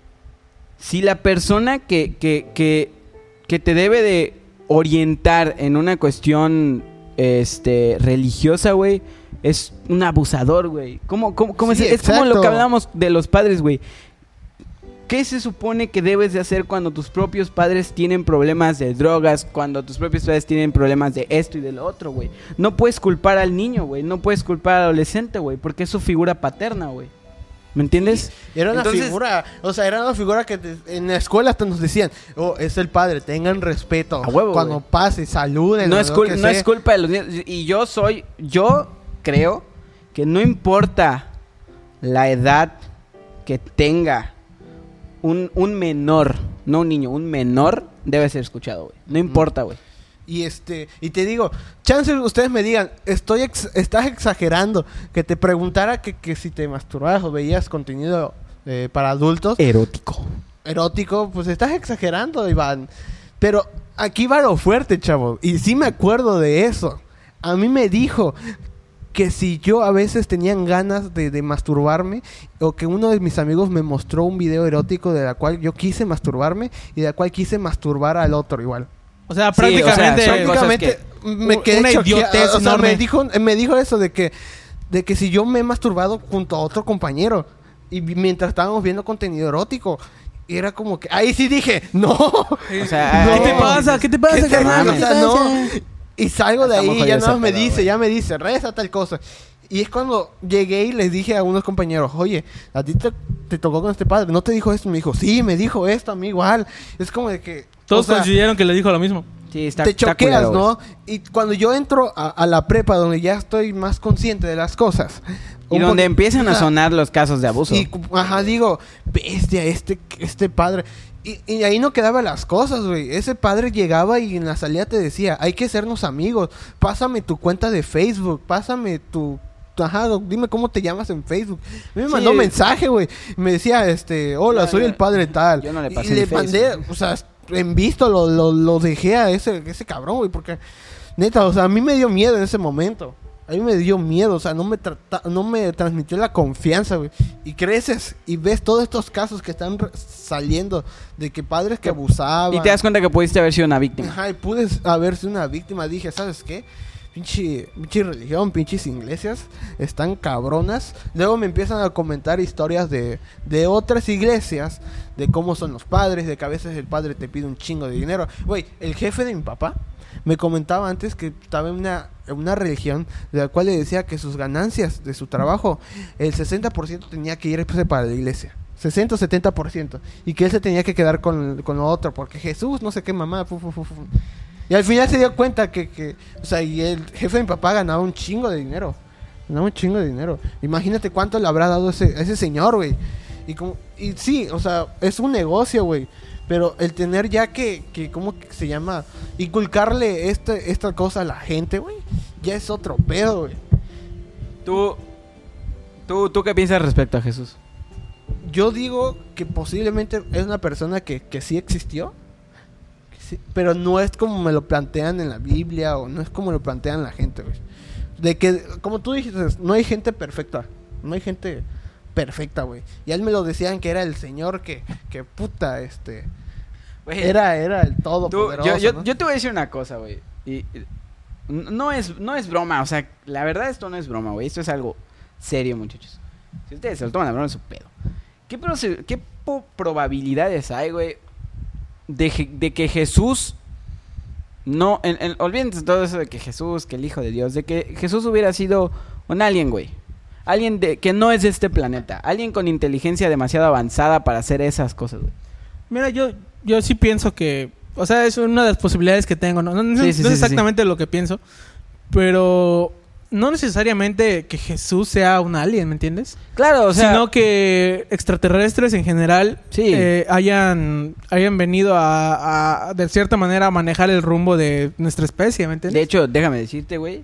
Si la persona que, que, que, que te debe de orientar en una cuestión este, religiosa, güey, es un abusador, güey. ¿Cómo, cómo, cómo Sí, es? Es como lo exacto. que hablamos de los padres, güey. ¿Qué se supone que debes de hacer cuando tus propios padres tienen problemas de drogas? Cuando tus propios padres tienen problemas de esto y de lo otro, güey. No puedes culpar al niño, güey. No puedes culpar al adolescente, güey. Porque es su figura paterna, güey. ¿Me entiendes? Era una Entonces- figura, o sea, era una figura que te- en la escuela hasta nos decían, oh, es el padre, tengan respeto. A huevo, Cuando güey. pase, saluden. No, o es, lo cul- que no sea. es culpa de los niños. Y yo soy... Yo creo que no importa la edad que tenga un, un menor, no un niño, un menor, debe ser escuchado, güey. No importa, güey. Y este, y te digo, chances ustedes me digan, estoy ex- estás exagerando, que te preguntara que, que si te masturbabas o veías contenido eh, para adultos Erótico. erótico, pues estás exagerando, Iván. Pero aquí va lo fuerte, chavo. Y sí me acuerdo de eso. A mí me dijo que si yo a veces tenían ganas de, de masturbarme, o que uno de mis amigos me mostró un video erótico de la cual yo quise masturbarme y de la cual quise masturbar al otro igual. O sea, Sí, o sea, prácticamente... son Prácticamente me u- quedé una choqueado. idiotez O sea, enorme. me dijo, me dijo eso de que, de que si yo me he masturbado junto a otro compañero y vi- mientras estábamos viendo contenido erótico, y era como que ahí sí dije, no. O sea, ¿Qué ay, te ay, pasa? ¿Qué te pasa, ¿Qué te carnal? pasa? ¿Qué te O sea, no. pasa? Y salgo de Estamos ahí y ya jodidos nada más ese me pedo, dice, güey. ya me dice, reza tal cosa. Y es cuando llegué y les dije a unos compañeros, oye, a ti te, te tocó con este padre, ¿no te dijo esto? Me dijo, sí, me dijo esto a mí igual. Es como de que... Todos o sea, coincidieron que le dijo lo mismo. Sí, está, te está choqueas, culero, güey. ¿no? Y cuando yo entro a, a la prepa, donde ya estoy más consciente de las cosas. Y un donde poqu- empiezan a o sea, sonar los casos de abuso. Y, cu- ajá, digo, bestia, este, este padre. Y, y ahí no quedaban las cosas, güey. Ese padre llegaba y en la salida te decía, hay que sernos amigos. Pásame tu cuenta de Facebook, pásame tu... Ajá, dime cómo te llamas en Facebook. A mí me Sí. mandó un mensaje, güey. Me decía, este, hola, Yo- soy yo- el padre tal. yo no le Y pasé le mi mandé, Facebook. o sea, en visto lo, lo, lo dejé a ese, ese cabrón, güey, porque neta, o sea, a mí me dio miedo en ese momento. A mí me dio miedo, o sea, no me trata- no me transmitió la confianza, güey. Y creces y ves todos estos casos que están re- saliendo de que padres que abusaban. Y te das cuenta que pudiste haber sido una víctima. Ajá, y pude haber sido una víctima. Dije, ¿sabes qué? Pinche, pinche religión, pinches iglesias están cabronas. Luego me empiezan a comentar historias de, de otras iglesias, de cómo son los padres, de que a veces el padre te pide un chingo de dinero. Güey, el jefe de mi papá me comentaba antes que estaba en una, en una religión de la cual le decía que sus ganancias de su trabajo, el sesenta por ciento tenía que irse para la iglesia. sesenta o setenta por ciento. Y que él se tenía que quedar con, con lo otro, porque Jesús, no sé qué mamá. Fu, fu, fu, fu. Y al final se dio cuenta que, que, o sea, y el jefe de mi papá ganaba un chingo de dinero. Ganaba un chingo de dinero. Imagínate cuánto le habrá dado ese, ese señor, güey. Y como, y sí, o sea, es un negocio, güey. Pero el tener ya que, que ¿cómo que se llama? Inculcarle este, esta cosa a la gente, güey. Ya es otro pedo, güey. ¿Tú, tú, ¿Tú qué piensas respecto a Jesús? Yo digo que posiblemente es una persona que, que sí existió. que sí, pero no es como me lo plantean en la Biblia o no es como lo plantean la gente, güey. De que, como tú dijiste, no hay gente perfecta. No hay gente perfecta, güey. Y a él me lo decían que era el señor que, que puta, este... Güey, Era, era el tú- todopoderoso, yo, yo, ¿no? yo te voy a decir una cosa, güey. Y, y- no es, no es broma, o sea, la verdad esto no es broma, güey. Esto es algo serio, muchachos. Si ustedes se lo toman a broma, es su pedo. ¿Qué, proce- qué po- probabilidades hay, güey, de, je- de que Jesús... No, en, en- olvídense todo eso de que Jesús, que el Hijo de Dios, de que Jesús hubiera sido un alien, güey. Alguien de, que no es de este planeta. Alguien con inteligencia demasiado avanzada para hacer esas cosas, güey. Mira, yo, yo sí pienso que... O sea, es una de las posibilidades que tengo. No, no, no- Sí, sí, no sí, es sí, exactamente lo que pienso. Pero no necesariamente que Jesús sea un alien, ¿me entiendes? Claro, o sea... Sino que extraterrestres en general Sí. eh, hayan, hayan venido a, a, de cierta manera, a manejar el rumbo de nuestra especie, ¿me entiendes? De hecho, déjame decirte, güey,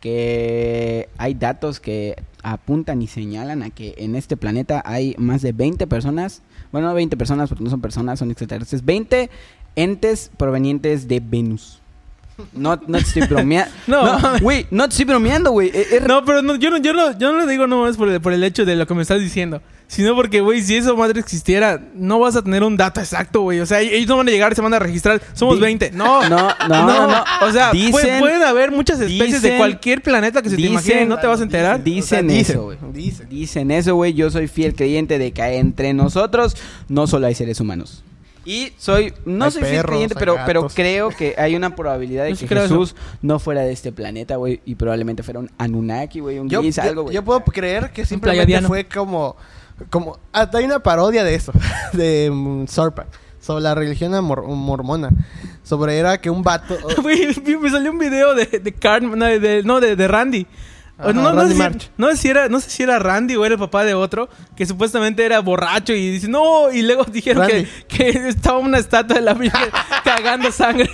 que hay datos que apuntan y señalan a que en este planeta hay más de veinte personas, bueno, no veinte personas porque no son personas, son extraterrestres, veinte entes provenientes de Venus. No, no te estoy bromeando. No. No, güey, no te estoy bromeando, güey. Eh, eh, No, pero no, yo, no, yo, no, yo no lo digo nomás por el, por el hecho de lo que me estás diciendo. Sino porque, güey, si eso madre existiera, no vas a tener un dato exacto, güey. O sea, ellos no van a llegar y se van a registrar. Somos Di- veinte. No, No, no, no, no. O sea, Dicen- puede- pueden haber muchas especies dicen- de cualquier planeta que se te dicen- imagine y no te vas a enterar. Dicen, O sea, dicen, eso, güey. dicen. Dicen eso, güey. Yo soy fiel creyente de que entre nosotros no solo hay seres humanos. Y soy, no Hay soy fiel perros, creyente, hay pero, pero gatos. creo que hay una probabilidad de Yo sí que creo Jesús no fuera de este planeta, güey. Y probablemente fuera un Anunnaki, güey. Un Yo, gris, yo- algo, güey. yo puedo creer que simplemente pleiadiano. fue como... como hasta hay una parodia de eso, de um, Sorpa, sobre la religión mor- mormona. Sobre era que un vato... Güey, me salió un video de, de Carmen, no, de, no, de, de Randy. O Ajá, no, no, Randy sé March. si, no, sé si era, no sé si era Randy o era el papá de otro, que supuestamente era borracho y dice, no, y luego dijeron que, Randy. que estaba una estatua de la Virgen cagando sangre.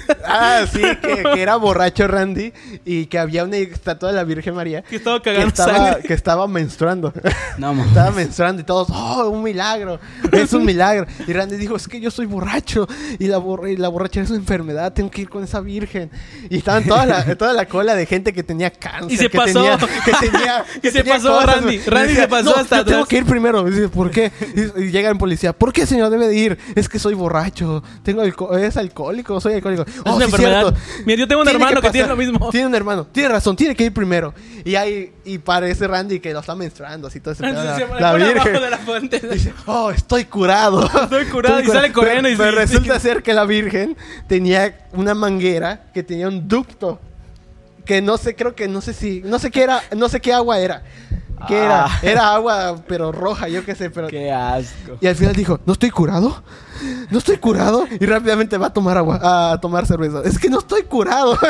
Ah, sí, que, que era borracho Randy y que había una estatua de la Virgen María Que estaba que cagando estaba, sangre. que estaba menstruando. No, mo. Estaba menstruando y todos, oh, un milagro, es un milagro. Y Randy dijo, es que yo soy borracho y la, bor y la borrachera es una enfermedad, tengo que ir con esa virgen. Y estaban toda la, toda la cola de gente que tenía cáncer. Y se que pasó. Tenía, que tenía, Y se tenía pasó Randy. güey. Randy Y se pasó no, hasta yo tengo atrás. que ir primero. Y dice, ¿por qué? Y, y llega el policía, ¿por qué, señor? Debe de ir. Es que soy borracho, tengo alco es alcohólico, soy alcohólico. Es Oh, una sí, enfermedad. cierto. Mira, yo tengo un Tiene hermano que, pasar. tiene lo mismo. Tiene un hermano. Tiene razón. Tiene que ir primero. Y ahí y parece Randy que lo está menstruando así todo ese pedo, Entonces se la, pone la abajo virgen. de la fuente. Dice, oh, estoy curado. Estoy curado y sale corriendo y Pero, pero sí, resulta sí. ser que la virgen tenía una manguera que tenía un ducto que no sé, creo que no sé si, no sé qué era, no sé qué agua era. ¿Qué Ah. era? Era agua, pero roja, yo qué sé, pero... Qué asco. Y al final dijo, ¿no estoy curado? ¿No estoy curado? Y rápidamente va a tomar agua, a tomar cerveza. Es que no estoy curado.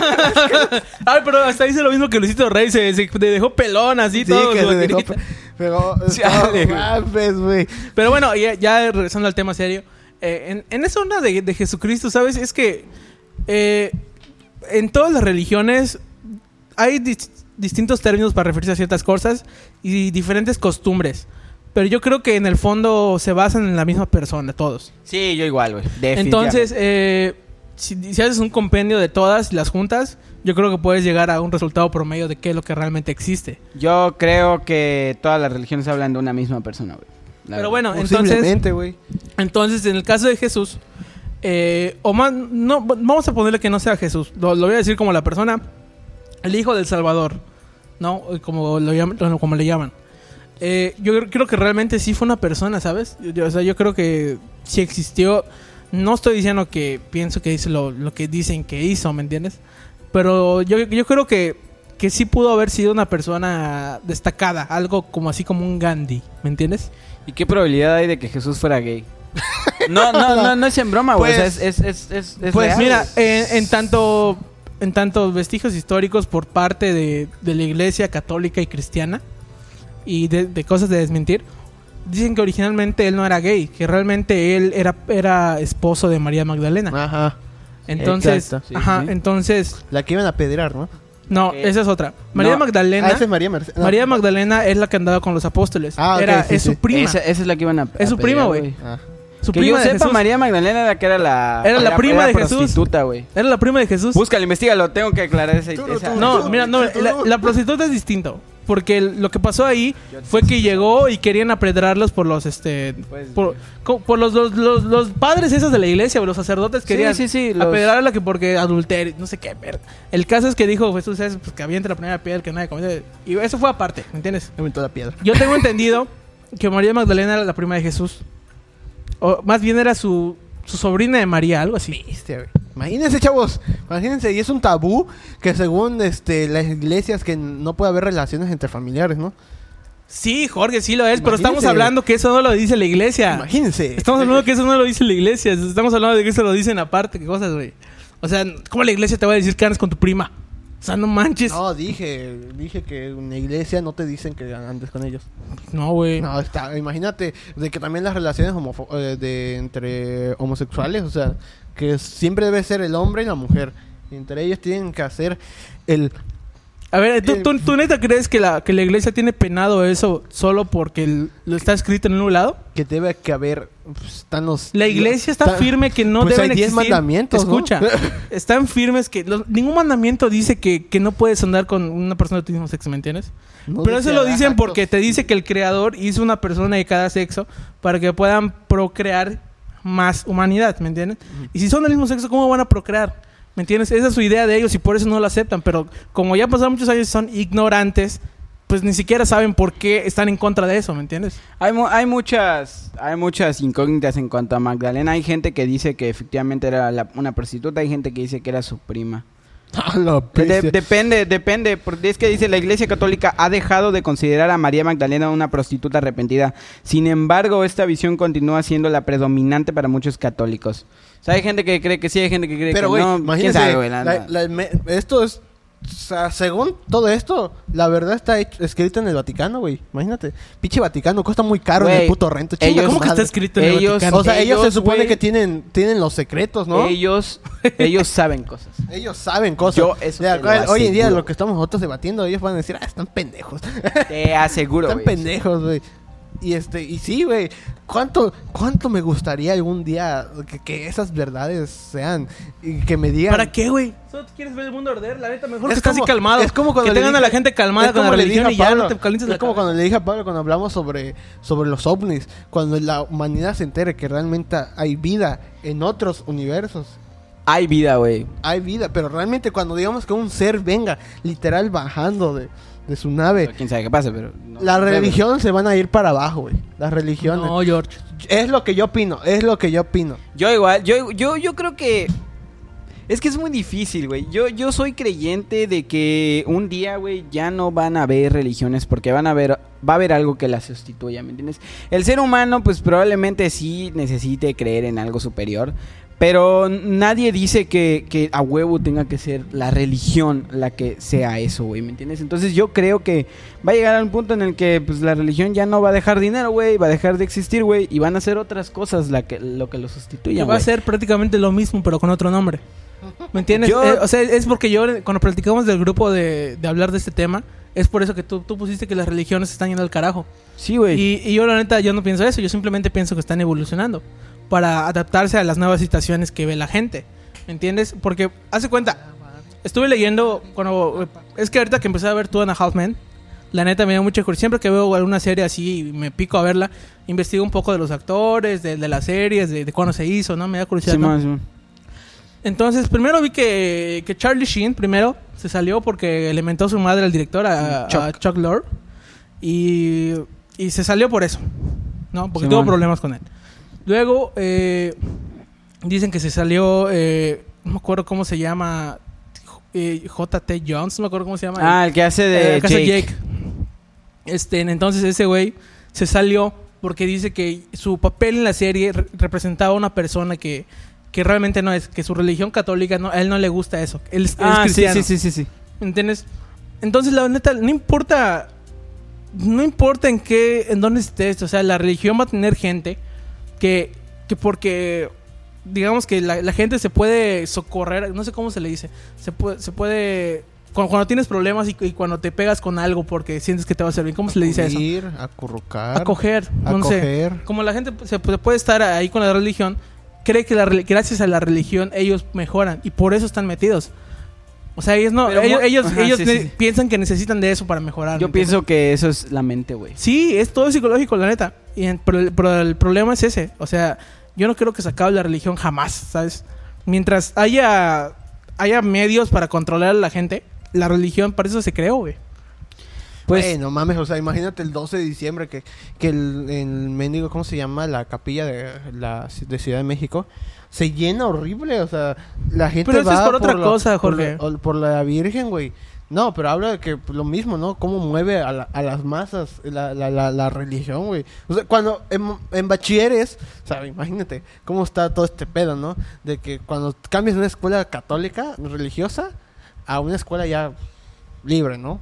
Ay, pero hasta dice lo mismo que Luisito Rey. Se, se dejó pelón así Sí, todo. que su se dejó... vaquerita. Pero... Chale, no mames, güey. Pero bueno, ya, ya regresando al tema serio. eh, en, en esa onda de, de Jesucristo, ¿sabes? Es que eh, en todas las religiones hay dis- distintos términos para referirse a ciertas cosas y diferentes costumbres. Pero yo creo que en el fondo se basan en la misma persona, todos. Sí, yo igual, güey. Definitivamente. Entonces, eh, si, si haces un compendio de todas y las juntas, yo creo que puedes llegar a un resultado promedio de qué es lo que realmente existe. Yo creo que todas las religiones hablan de una misma persona, güey. La Pero verdad. bueno, entonces, Posiblemente, güey. entonces en el caso de Jesús, eh, o más, no, vamos a ponerle que no sea Jesús, lo, lo voy a decir como la persona, el hijo del Salvador, ¿no? Como, lo llaman, como le llaman. Eh, yo creo- creo que realmente sí fue una persona, ¿sabes? Yo- yo- o sea, yo creo que sí existió. No estoy diciendo que pienso que hizo lo, lo que dicen que hizo, ¿me entiendes? Pero yo, yo creo que, que sí pudo haber sido una persona destacada, algo como así como un Gandhi, ¿me entiendes? ¿Y qué probabilidad hay de que Jesús fuera gay? No, no, no, no es en broma, güey. Pues- o sea, es, es, es, es, es Pues real. mira, en, en tanto en tanto vestigios históricos por parte de, de la iglesia católica y cristiana y de, de cosas de desmentir, dicen que originalmente él no era gay, que realmente él era, era esposo de María Magdalena. Ajá. Entonces, exacto, sí, ajá, sí. entonces, La que iban a pedrar, ¿no? no, Ok. esa es otra. María No. Magdalena, Ah, esa es María Mercedes. No. María Magdalena es la que andaba con los apóstoles. Ah, ok, era, sí, es sí. su prima. Esa, esa es la que iban a. Es a su prima, pelear, güey. Ah. Su Que prima yo de sepa, Jesús. María Magdalena era que era la... Era la prima de Jesús. prostituta, güey. Era la prima de Jesús. Búscalo, investigalo, tengo que aclarar esa... Tú, esa- tú, No, mira, no, la, la prostituta es distinto. Porque el- lo que pasó ahí fue que llegó y querían apredrarlos por los, este... Pues, por, co- por los, los, los, los padres esos de la iglesia, los sacerdotes querían sí, sí, los- apedrarla que porque adulterio, no sé qué, ver. El caso es que dijo Jesús es pues, que avienta la primera piedra que nadie comete. Y eso fue aparte, ¿me entiendes? Aventó la piedra. Yo tengo entendido que María Magdalena era la prima de Jesús. O más bien era su, su sobrina de María, algo así. Bestia, güey. Imagínense, chavos. Imagínense, y es un tabú que según este las iglesias que no puede haber relaciones entre familiares, ¿no? Sí, Jorge, sí lo es, pero Imagínense. estamos hablando que eso no lo dice la iglesia. Imagínense. Estamos hablando que eso no lo dice la iglesia. Estamos hablando de que eso lo dicen aparte, qué cosas, güey. O sea, ¿cómo la iglesia te va a decir que andes con tu prima? O sea, no manches. No, No, dije, dije que en la iglesia no te dicen que andes con ellos. güey. No, está, imagínate de que también las relaciones homofo- eh, de entre homosexuales, o sea, que siempre debe ser el hombre y la mujer. Y entre ellos tienen que hacer el A ver, ¿tú, tú, tú neta crees que la, que la iglesia tiene penado eso solo porque el- lo está escrito en un lado? que debe que haber pues, están los La iglesia está está- firme que no pues deben hay diez existir. mandamientos, ¿no? Escucha, están firmes que los- ningún mandamiento dice que, que no puedes andar con una persona de tu mismo sexo, ¿me entiendes? No Pero eso lo desearás dicen actos. porque te dice que el creador hizo una persona de cada sexo para que puedan procrear más humanidad, ¿me entiendes? Y si son del mismo sexo, ¿cómo van a procrear? ¿Me entiendes? Esa es su idea de ellos y por eso no lo aceptan. Pero como ya pasaron muchos años y son ignorantes, pues ni siquiera saben por qué están en contra de eso, ¿me entiendes? Hay, mu- hay muchas hay muchas incógnitas en cuanto a Magdalena. Hay gente que dice que efectivamente era la- una prostituta. Hay gente que dice que era su prima. Ah, la De- bestia. depende, depende. Porque es que dice la Iglesia Católica ha dejado de considerar a María Magdalena una prostituta arrepentida. Sin embargo, esta visión continúa siendo la predominante para muchos católicos. O sea, hay gente que cree que sí, hay gente que cree Pero, que güey, no. ¿Quién imagínense, sabe, güey? La- la- la- me- esto es... O sea, según todo esto, la verdad está hecho- escrito en el Vaticano, güey. Imagínate. Pinche Vaticano, cuesta muy caro en Güey, el puto rento. ellos- Chinga, ¿Cómo que madre. está escrito en el ellos- Vaticano? O sea, ellos, se ellos, supone güey, que tienen, tienen los secretos, ¿no? Ellos, Ellos, ellos saben cosas. saben cosas. Yo eso De te acuerdo, lo hoy en día aseguro. lo que estamos nosotros debatiendo, ellos van a decir, ah, están pendejos. Te aseguro, Están güey. pendejos, güey. Y este, y sí, güey. ¿Cuánto, cuánto me gustaría algún día que, que esas verdades sean y que me digan. ¿Para qué, güey? ¿Solo quieres ver el mundo arder? La neta, mejor Es que estés así como- calmado. es como cuando que le tengan a dije- la gente calmada es con la como le dije religión a y ya Pablo, no te calientes la Es como cabeza. cuando le dije a Pablo cuando hablamos sobre, sobre los ovnis. Cuando la humanidad se entere que realmente hay vida en otros universos. Hay vida, güey. Hay vida, pero realmente cuando digamos que un ser venga literal bajando de, de su nave, Quién sabe qué pasa, pero. no la sé, güey. religión se van a ir para abajo, güey. Las religiones. No, George. Es lo que yo opino, es lo que yo opino. Yo igual, yo, yo, yo creo que. Es que es muy difícil, güey. Yo, yo soy creyente de que un día, güey, ya no van a haber religiones porque van a haber, va a haber algo que las sustituya, ¿me entiendes? El ser humano, pues probablemente sí necesite creer en algo superior, pero nadie dice que, que a huevo tenga que ser la religión la que sea eso, güey, ¿me entiendes? Entonces yo creo que va a llegar a un punto en el que, pues, la religión ya no va a dejar dinero, güey, va a dejar de existir, güey, y van a ser otras cosas la que, lo que lo Que sustituyan, va a güey. ser prácticamente lo mismo, pero con otro nombre. ¿Me entiendes? Yo- Eh, o sea, es porque yo, cuando platicamos del grupo de, de hablar de este tema, es por eso que tú, tú pusiste que las religiones se están yendo al carajo. Sí, güey. Y, y yo, la neta, yo no pienso eso. Yo simplemente pienso que están evolucionando para adaptarse a las nuevas situaciones que ve la gente. ¿Me entiendes? Porque, hace cuenta, estuve leyendo, cuando es que ahorita que empecé a ver Two and a Half Men, la neta me dio mucha curiosidad. Siempre que veo alguna serie así y me pico a verla, investigo un poco de los actores, de, de las series, de, de cuándo se hizo, ¿no? Me da curiosidad. Sí, ¿no? más, sí. Entonces, primero vi que, que Charlie Sheen, primero, se salió porque le mentó a su madre al director, a Chuck, a Chuck Lorre. Y, y se salió por eso, ¿no? Porque Sí, tuvo man. problemas con él. Luego, eh, dicen que se salió, eh, no me acuerdo cómo se llama, eh, J T Jones, no me acuerdo cómo se llama. Ah, el que hace de Eh, que hace Jake. Este, entonces ese güey se salió porque dice que su papel en la serie re- representaba a una persona que, que realmente no es, que su religión católica, no, a él no le gusta eso. Él, es- él Ah, es sí, cristiano. sí, sí, sí, sí. ¿Me entiendes? Entonces, la neta, no importa, no importa en qué, en dónde estés, o sea, la religión va a tener gente que, que porque, digamos que la, la gente se puede socorrer, no sé cómo se le dice, se puede, se puede Cuando, cuando tienes problemas y, y cuando te pegas con algo porque sientes que te va a hacer bien, ¿cómo se le dice eso? Ir, acurrucar. Acoger. No Acoger. sé. Como la gente se, se puede estar ahí con la religión, cree que la, gracias a la religión ellos mejoran y por eso están metidos. O sea, ellos no, Pero ellos, mo- ellos, Ajá, ellos sí, ne- sí. piensan que necesitan de eso para mejorar. Yo ¿me pienso entiendes? que eso es la mente, güey. Sí, es todo psicológico, la neta. Y en- pero, el, pero el problema es ese. O sea, yo no creo que se acabe la religión jamás, ¿sabes? Mientras haya, haya medios para controlar a la gente, la religión para eso se creó, güey. Pues, Güey, no mames, o sea, imagínate el doce de diciembre que, que el, el mendigo, ¿cómo se llama? La capilla de la de Ciudad de México se llena horrible, o sea, la gente Pero eso va es por otra la- cosa, por Jorge. la- por la Virgen, güey. No, pero habla de que pues, lo mismo, ¿no? Cómo mueve a, la- a las masas la, la, la, la religión, güey. O sea, cuando en, en bachilleres, o sea, imagínate cómo está todo este pedo, ¿no? De que cuando cambias de una escuela católica, religiosa, a una escuela ya libre, ¿no?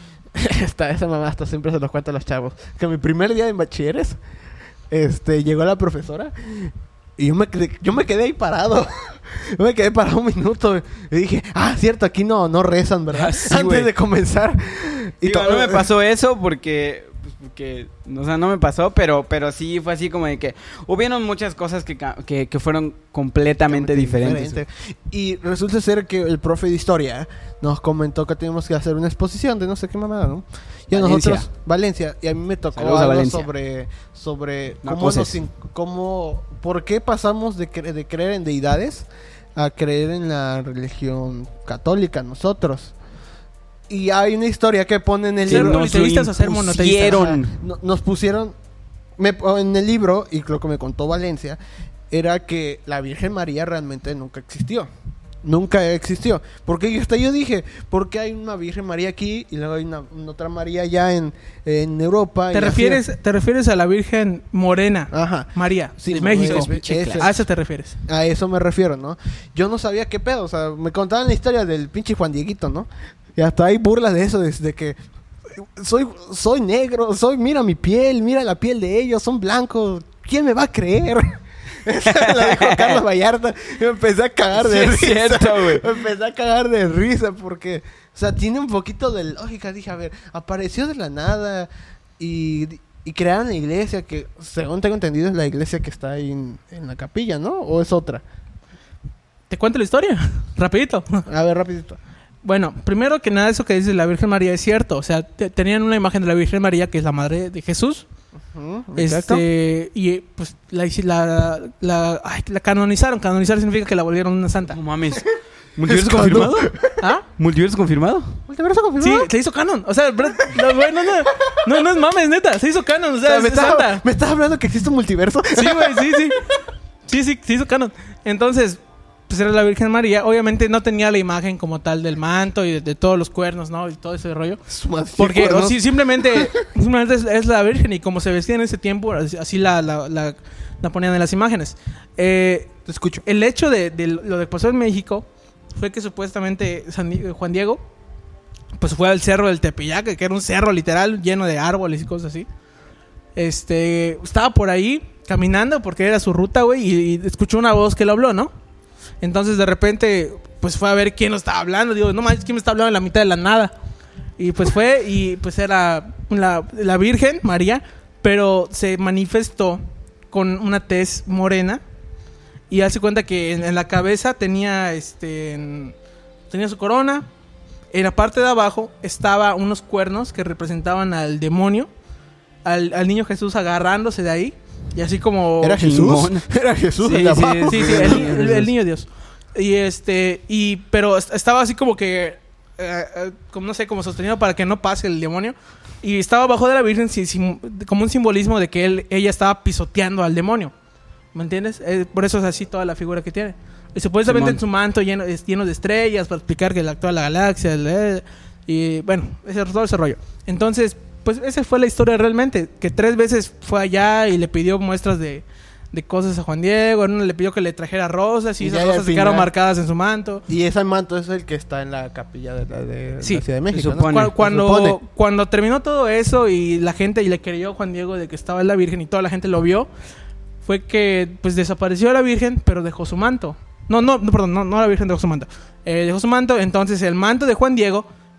Esta, esa mamá hasta siempre se los cuenta a los chavos. Que mi primer día en bachilleres, este, llegó la profesora y yo me quedé, yo me quedé ahí parado. Yo me quedé parado un minuto y dije, ah, cierto, aquí no, no rezan, ¿verdad? Ah, sí, Antes güey. de comenzar. Y digo, todo- no me pasó eso porque... pues, porque, o sea, no me pasó, pero, pero sí fue así como de que hubieron muchas cosas que, ca- que, que fueron completamente diferentes. diferente. Y resulta ser que el profe de historia nos comentó que teníamos que hacer una exposición de no sé qué mamada, ¿no? Y a Valencia. nosotros, Valencia, y a mí me tocó Saludos a algo Valencia. sobre, sobre No cómo, nos, acoses. in- cómo, por qué pasamos de, cre- de creer en deidades a creer en la religión católica nosotros. Y hay una historia que pone en el ¿Ser libro. politeístas o ser monoteístas? impusieron. Ajá. No- nos pusieron me- en el libro, y lo que me contó Valencia, era que la Virgen María realmente nunca existió. Nunca existió. Porque yo, hasta yo dije, ¿por qué hay una Virgen María aquí y luego hay una, una otra María allá en, en Europa? ¿Te y así? refieres, ¿Te refieres a la Virgen Morena? Ajá. María, Sí, de mo- México. es- pinche ese- A eso te refieres. a eso me refiero, ¿no? Yo no sabía qué pedo, o sea, me contaban la historia del pinche Juan Dieguito, ¿no? Y hasta hay burlas de eso, desde que soy, soy negro, soy, mira mi piel, mira la piel de ellos, son blancos, ¿quién me va a creer? Esa me la dijo Carlos Vallarta y me empecé a cagar de Sí, es risa. cierto, güey. Me empecé a cagar de risa porque, o sea, tiene un poquito de lógica. Dije, a ver, apareció de la nada y, y crearon la iglesia que, según tengo entendido, es la iglesia que está ahí en, en la capilla, ¿no? ¿O es otra? ¿Te cuento la historia? Rapidito. A ver, rapidito. Bueno, primero que nada, eso que dice la Virgen María es cierto. O sea, te- tenían una imagen de la Virgen María, que es la madre de Jesús. Ujú, exacto. Este, y pues la, la, la, ay, la canonizaron. Canonizar significa que la volvieron una santa. No mames. ¿Multiverso Es cuando- confirmado? ¿Ah? ¿Multiverso confirmado? ¿Multiverso Sí, confirmado? se hizo canon. O sea, bro, no, güey, no, no, no, no es mames, neta. Se hizo canon. O O sea, sea, es, ¿me, es estás, santa. ¿Me estás hablando que existe un multiverso? Sí, güey, sí, sí. Sí, sí, se hizo canon. Entonces, pues era la Virgen María. Obviamente no tenía la imagen como tal del manto y de, de todos los cuernos, ¿no? Y todo ese rollo. Porque o sí, simplemente, simplemente es, es la Virgen y como se vestía en ese tiempo, así, así la, la, la, la ponían en las imágenes. Eh, Te escucho. el hecho de, de lo que pasó en México fue que supuestamente San Di- Juan Diego pues fue al cerro del Tepeyac, que era un cerro literal lleno de árboles y cosas así. Este, estaba por ahí caminando porque era su ruta, güey, y, y escuchó una voz que le habló, ¿no? Entonces de repente pues fue a ver quién lo estaba hablando. Digo, no manches, ¿quién me está hablando en la mitad de la nada? Y pues fue y pues era la, la Virgen María, pero se manifestó con una tez morena. Y hace cuenta que en, en la cabeza tenía este en- tenía su corona. En la parte de abajo estaba unos cuernos que representaban al demonio, al, al niño Jesús agarrándose de ahí. Y así como... ¿Era Jesús? chingón. Era Jesús. Sí, el de sí, abajo. sí, sí, el, ni- el- el niño Dios. Y este, y pero est- estaba así como que, eh, eh, como no sé, como sostenido para que no pase el demonio. Y estaba abajo de la Virgen sí, sim- como un simbolismo de que él, ella estaba pisoteando al demonio. ¿Me entiendes? Eh, por eso es así toda la figura que tiene. Y supuestamente Simón. en su manto lleno, es lleno de estrellas para explicar que la toda la galaxia. el, eh, y bueno, ese, todo ese rollo. Entonces, pues esa fue la historia realmente. Que tres veces fue allá y le pidió muestras de, de cosas a Juan Diego. En una le pidió que le trajera rosas y, Y esas ya al rosas se final- quedaron marcadas en su manto. Y ese manto es el que está en la capilla de la, de Sí, la Ciudad de México, se ¿no? supone. Cu- cuando, supone. cuando terminó todo eso y la gente y le creyó a Juan Diego de que estaba la Virgen y toda la gente lo vio, fue que pues desapareció la Virgen, pero dejó su manto. No, no, no perdón, no, no la Virgen dejó su manto. Eh, dejó su manto, entonces el manto de Juan Diego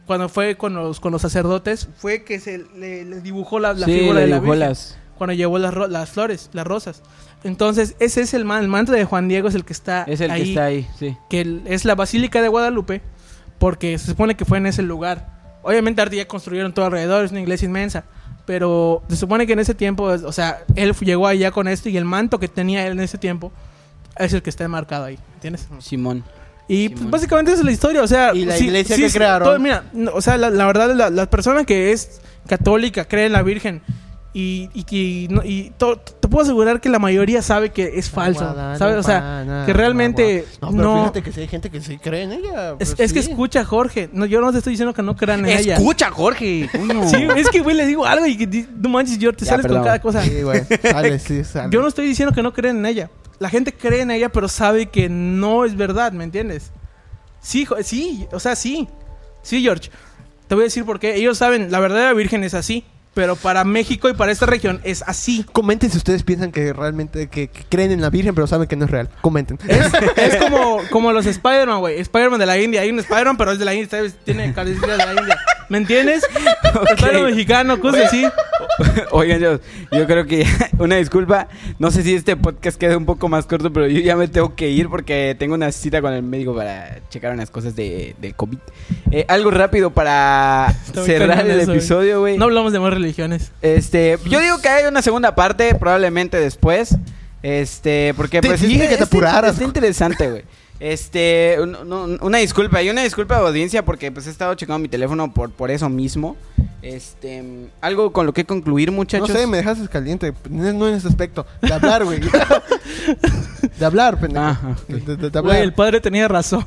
cuando fue con los, con los sacerdotes, fue que se le, le dibujó la, la Sí, figura le de la dibujó Virgen. las... Cuando llevó las, ro- las flores, las rosas. Entonces, ese es el, man, el manto de Juan Diego, es el que está Es el ahí. que está ahí, sí. Que el- es la Basílica de Guadalupe, porque se supone que fue en ese lugar. Obviamente ahorita ya construyeron todo alrededor, es una iglesia inmensa, pero se supone que en ese tiempo, o sea, él llegó allá con esto y el manto que tenía él en ese tiempo es el que está enmarcado ahí, ¿entiendes? Simón. Y pues, Simón. básicamente esa es la historia, o sea... ¿Y la sí- iglesia sí, que sí, crearon? todo- mira, no, o sea, la, la verdad, la, la persona que es católica, cree en la Virgen y, y, y, no- y to- te puedo asegurar que la mayoría sabe que es falso, ¿sabes? O sea, que realmente No, pero no... fíjate que sí hay gente que sí cree en ella. Es, pues es que sí. escucha, Jorge. No, yo no te estoy diciendo que no crean en ella. Escucha, Jorge. Coño. Sí, es que, güey, le digo algo y que di- no manches, yo te Ya, sales perdón. con cada cosa. Sí, güey. Sale, sí, sale. Yo no estoy diciendo que no creen en ella. La gente cree en ella, pero sabe que no es verdad, ¿me entiendes? Sí, jo- sí, o sea, sí. Sí, George. Te voy a decir por qué. Ellos saben, la verdadera Virgen es así. Pero para México y para esta región es así. Comenten si ustedes piensan que realmente que, que creen en la Virgen, pero saben que no es real. Comenten. Es, es como, como los Spider-Man, güey. Spider-Man de la India. Hay un Spider-Man, pero es de la India. ¿Sabes? Tiene características de la India. ¿Me entiendes? Ok. Spider-Man mexicano, cosas así. Oigan, yo, yo creo que una disculpa. No sé si este podcast queda un poco más corto, pero yo ya me tengo que ir porque tengo una cita con el médico para checar unas cosas de, de COVID. Eh, algo rápido para Está muy cerrar cañón el eso, güey. episodio, güey. No hablamos de más religiones. Este, yo digo que hay una segunda parte, probablemente después. Este, porque Te pues dije este- que te este- apuraras. Está interesante, güey. Este, un- un- una disculpa, y una disculpa a audiencia porque pues he estado checando mi teléfono por, por eso mismo. Este, algo con lo que concluir, muchachos. No sé, me dejas caliente. No no en ese aspecto. De hablar, güey. De hablar, pendejo. Ajá. De, de- de Güey, hablar. el padre tenía razón.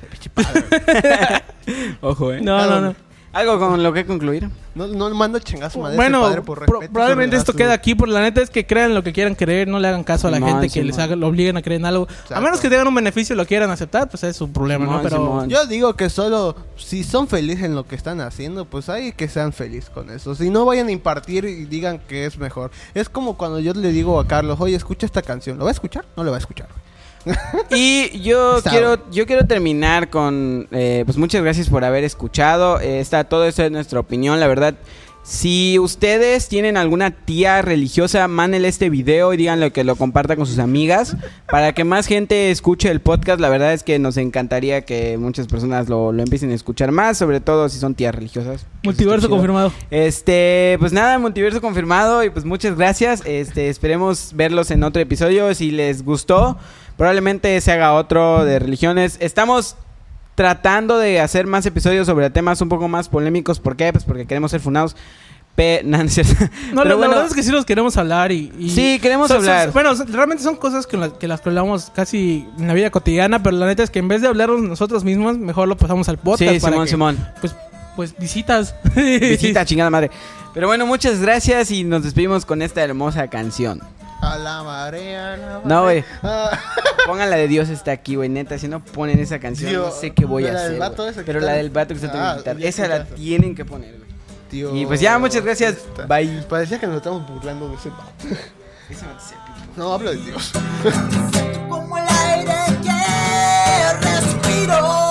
Ojo, eh. No, no, no. Algo con lo que concluir. No, no le mando chingazo madre Bueno, ese padre por pro- respeto probablemente sobre esto su- queda aquí, por la neta es que crean lo que quieran creer, no le hagan caso a la Simón, gente que Simón. les haga, lo obliguen a creer en algo. A menos que tengan un beneficio y lo quieran aceptar, pues es su problema, ¿no? Simón, Pero Simón. Yo digo que solo si son felices en lo que están haciendo, pues hay que sean felices con eso. Si no vayan a impartir y digan que es mejor. Es como cuando yo le digo a Carlos, oye, escucha esta canción. ¿Lo va a escuchar? No lo va a escuchar. Y yo Está quiero, bueno. yo quiero terminar con, eh, pues muchas gracias por haber escuchado. Eh, está todo eso es nuestra opinión, la verdad. Si ustedes tienen alguna tía religiosa, mándenle este video y díganle que lo comparta con sus amigas para que más gente escuche el podcast. La verdad es que nos encantaría que muchas personas lo, lo empiecen a escuchar más, sobre todo si son tías religiosas. multiverso Está chido. confirmado. Este, pues nada, multiverso confirmado y pues muchas gracias. Este, esperemos verlos en otro episodio. Si les gustó, probablemente se haga otro de religiones. Estamos tratando de hacer más episodios sobre temas un poco más polémicos. ¿Por qué? Pues porque queremos ser funados. Pe no, no es cierto. No, Pero la, la bueno, verdad es que sí los queremos hablar y... y- Sí, queremos son- son- hablar. bueno, son- realmente son cosas que las que las que hablamos casi en la vida cotidiana, pero la neta es que en vez de hablarnos nosotros mismos, mejor lo pasamos al podcast. sí, para Simón, que, Simón. Pues, pues visitas. Visita, chingada madre. Pero bueno, muchas gracias y nos despedimos con esta hermosa canción. A la marea, a la marea. No, güey. Ah. Pongan la de Dios está aquí, güey. Neta, si no ponen esa canción, Tío, no sé qué voy a la del hacer. vato güey. ese que Pero está- la del vato que está tocando Ah, guitarra. ya Esa la escuchaste. tienen que poner, güey. Tío, Y pues ya, muchas gracias. esta- Bye. Parecía que nos estamos burlando de ese vato. No, hablo de Dios. Como el aire que respiro,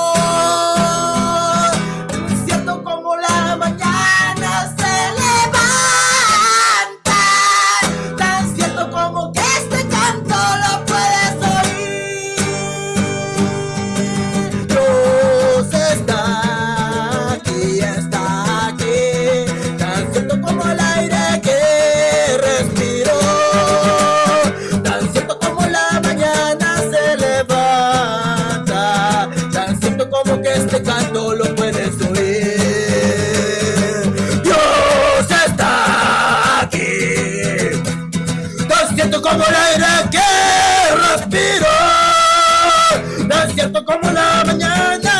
siento como la mañana se levanta, tan cierto como que este canto lo puedes oír. Dios está aquí, está aquí, tan cierto como el aire que respiro, tan cierto como la mañana se levanta, tan cierto como que este canto lo puedes oír. Dios está aquí, tan cierto como el aire que respiro, tan cierto como la mañana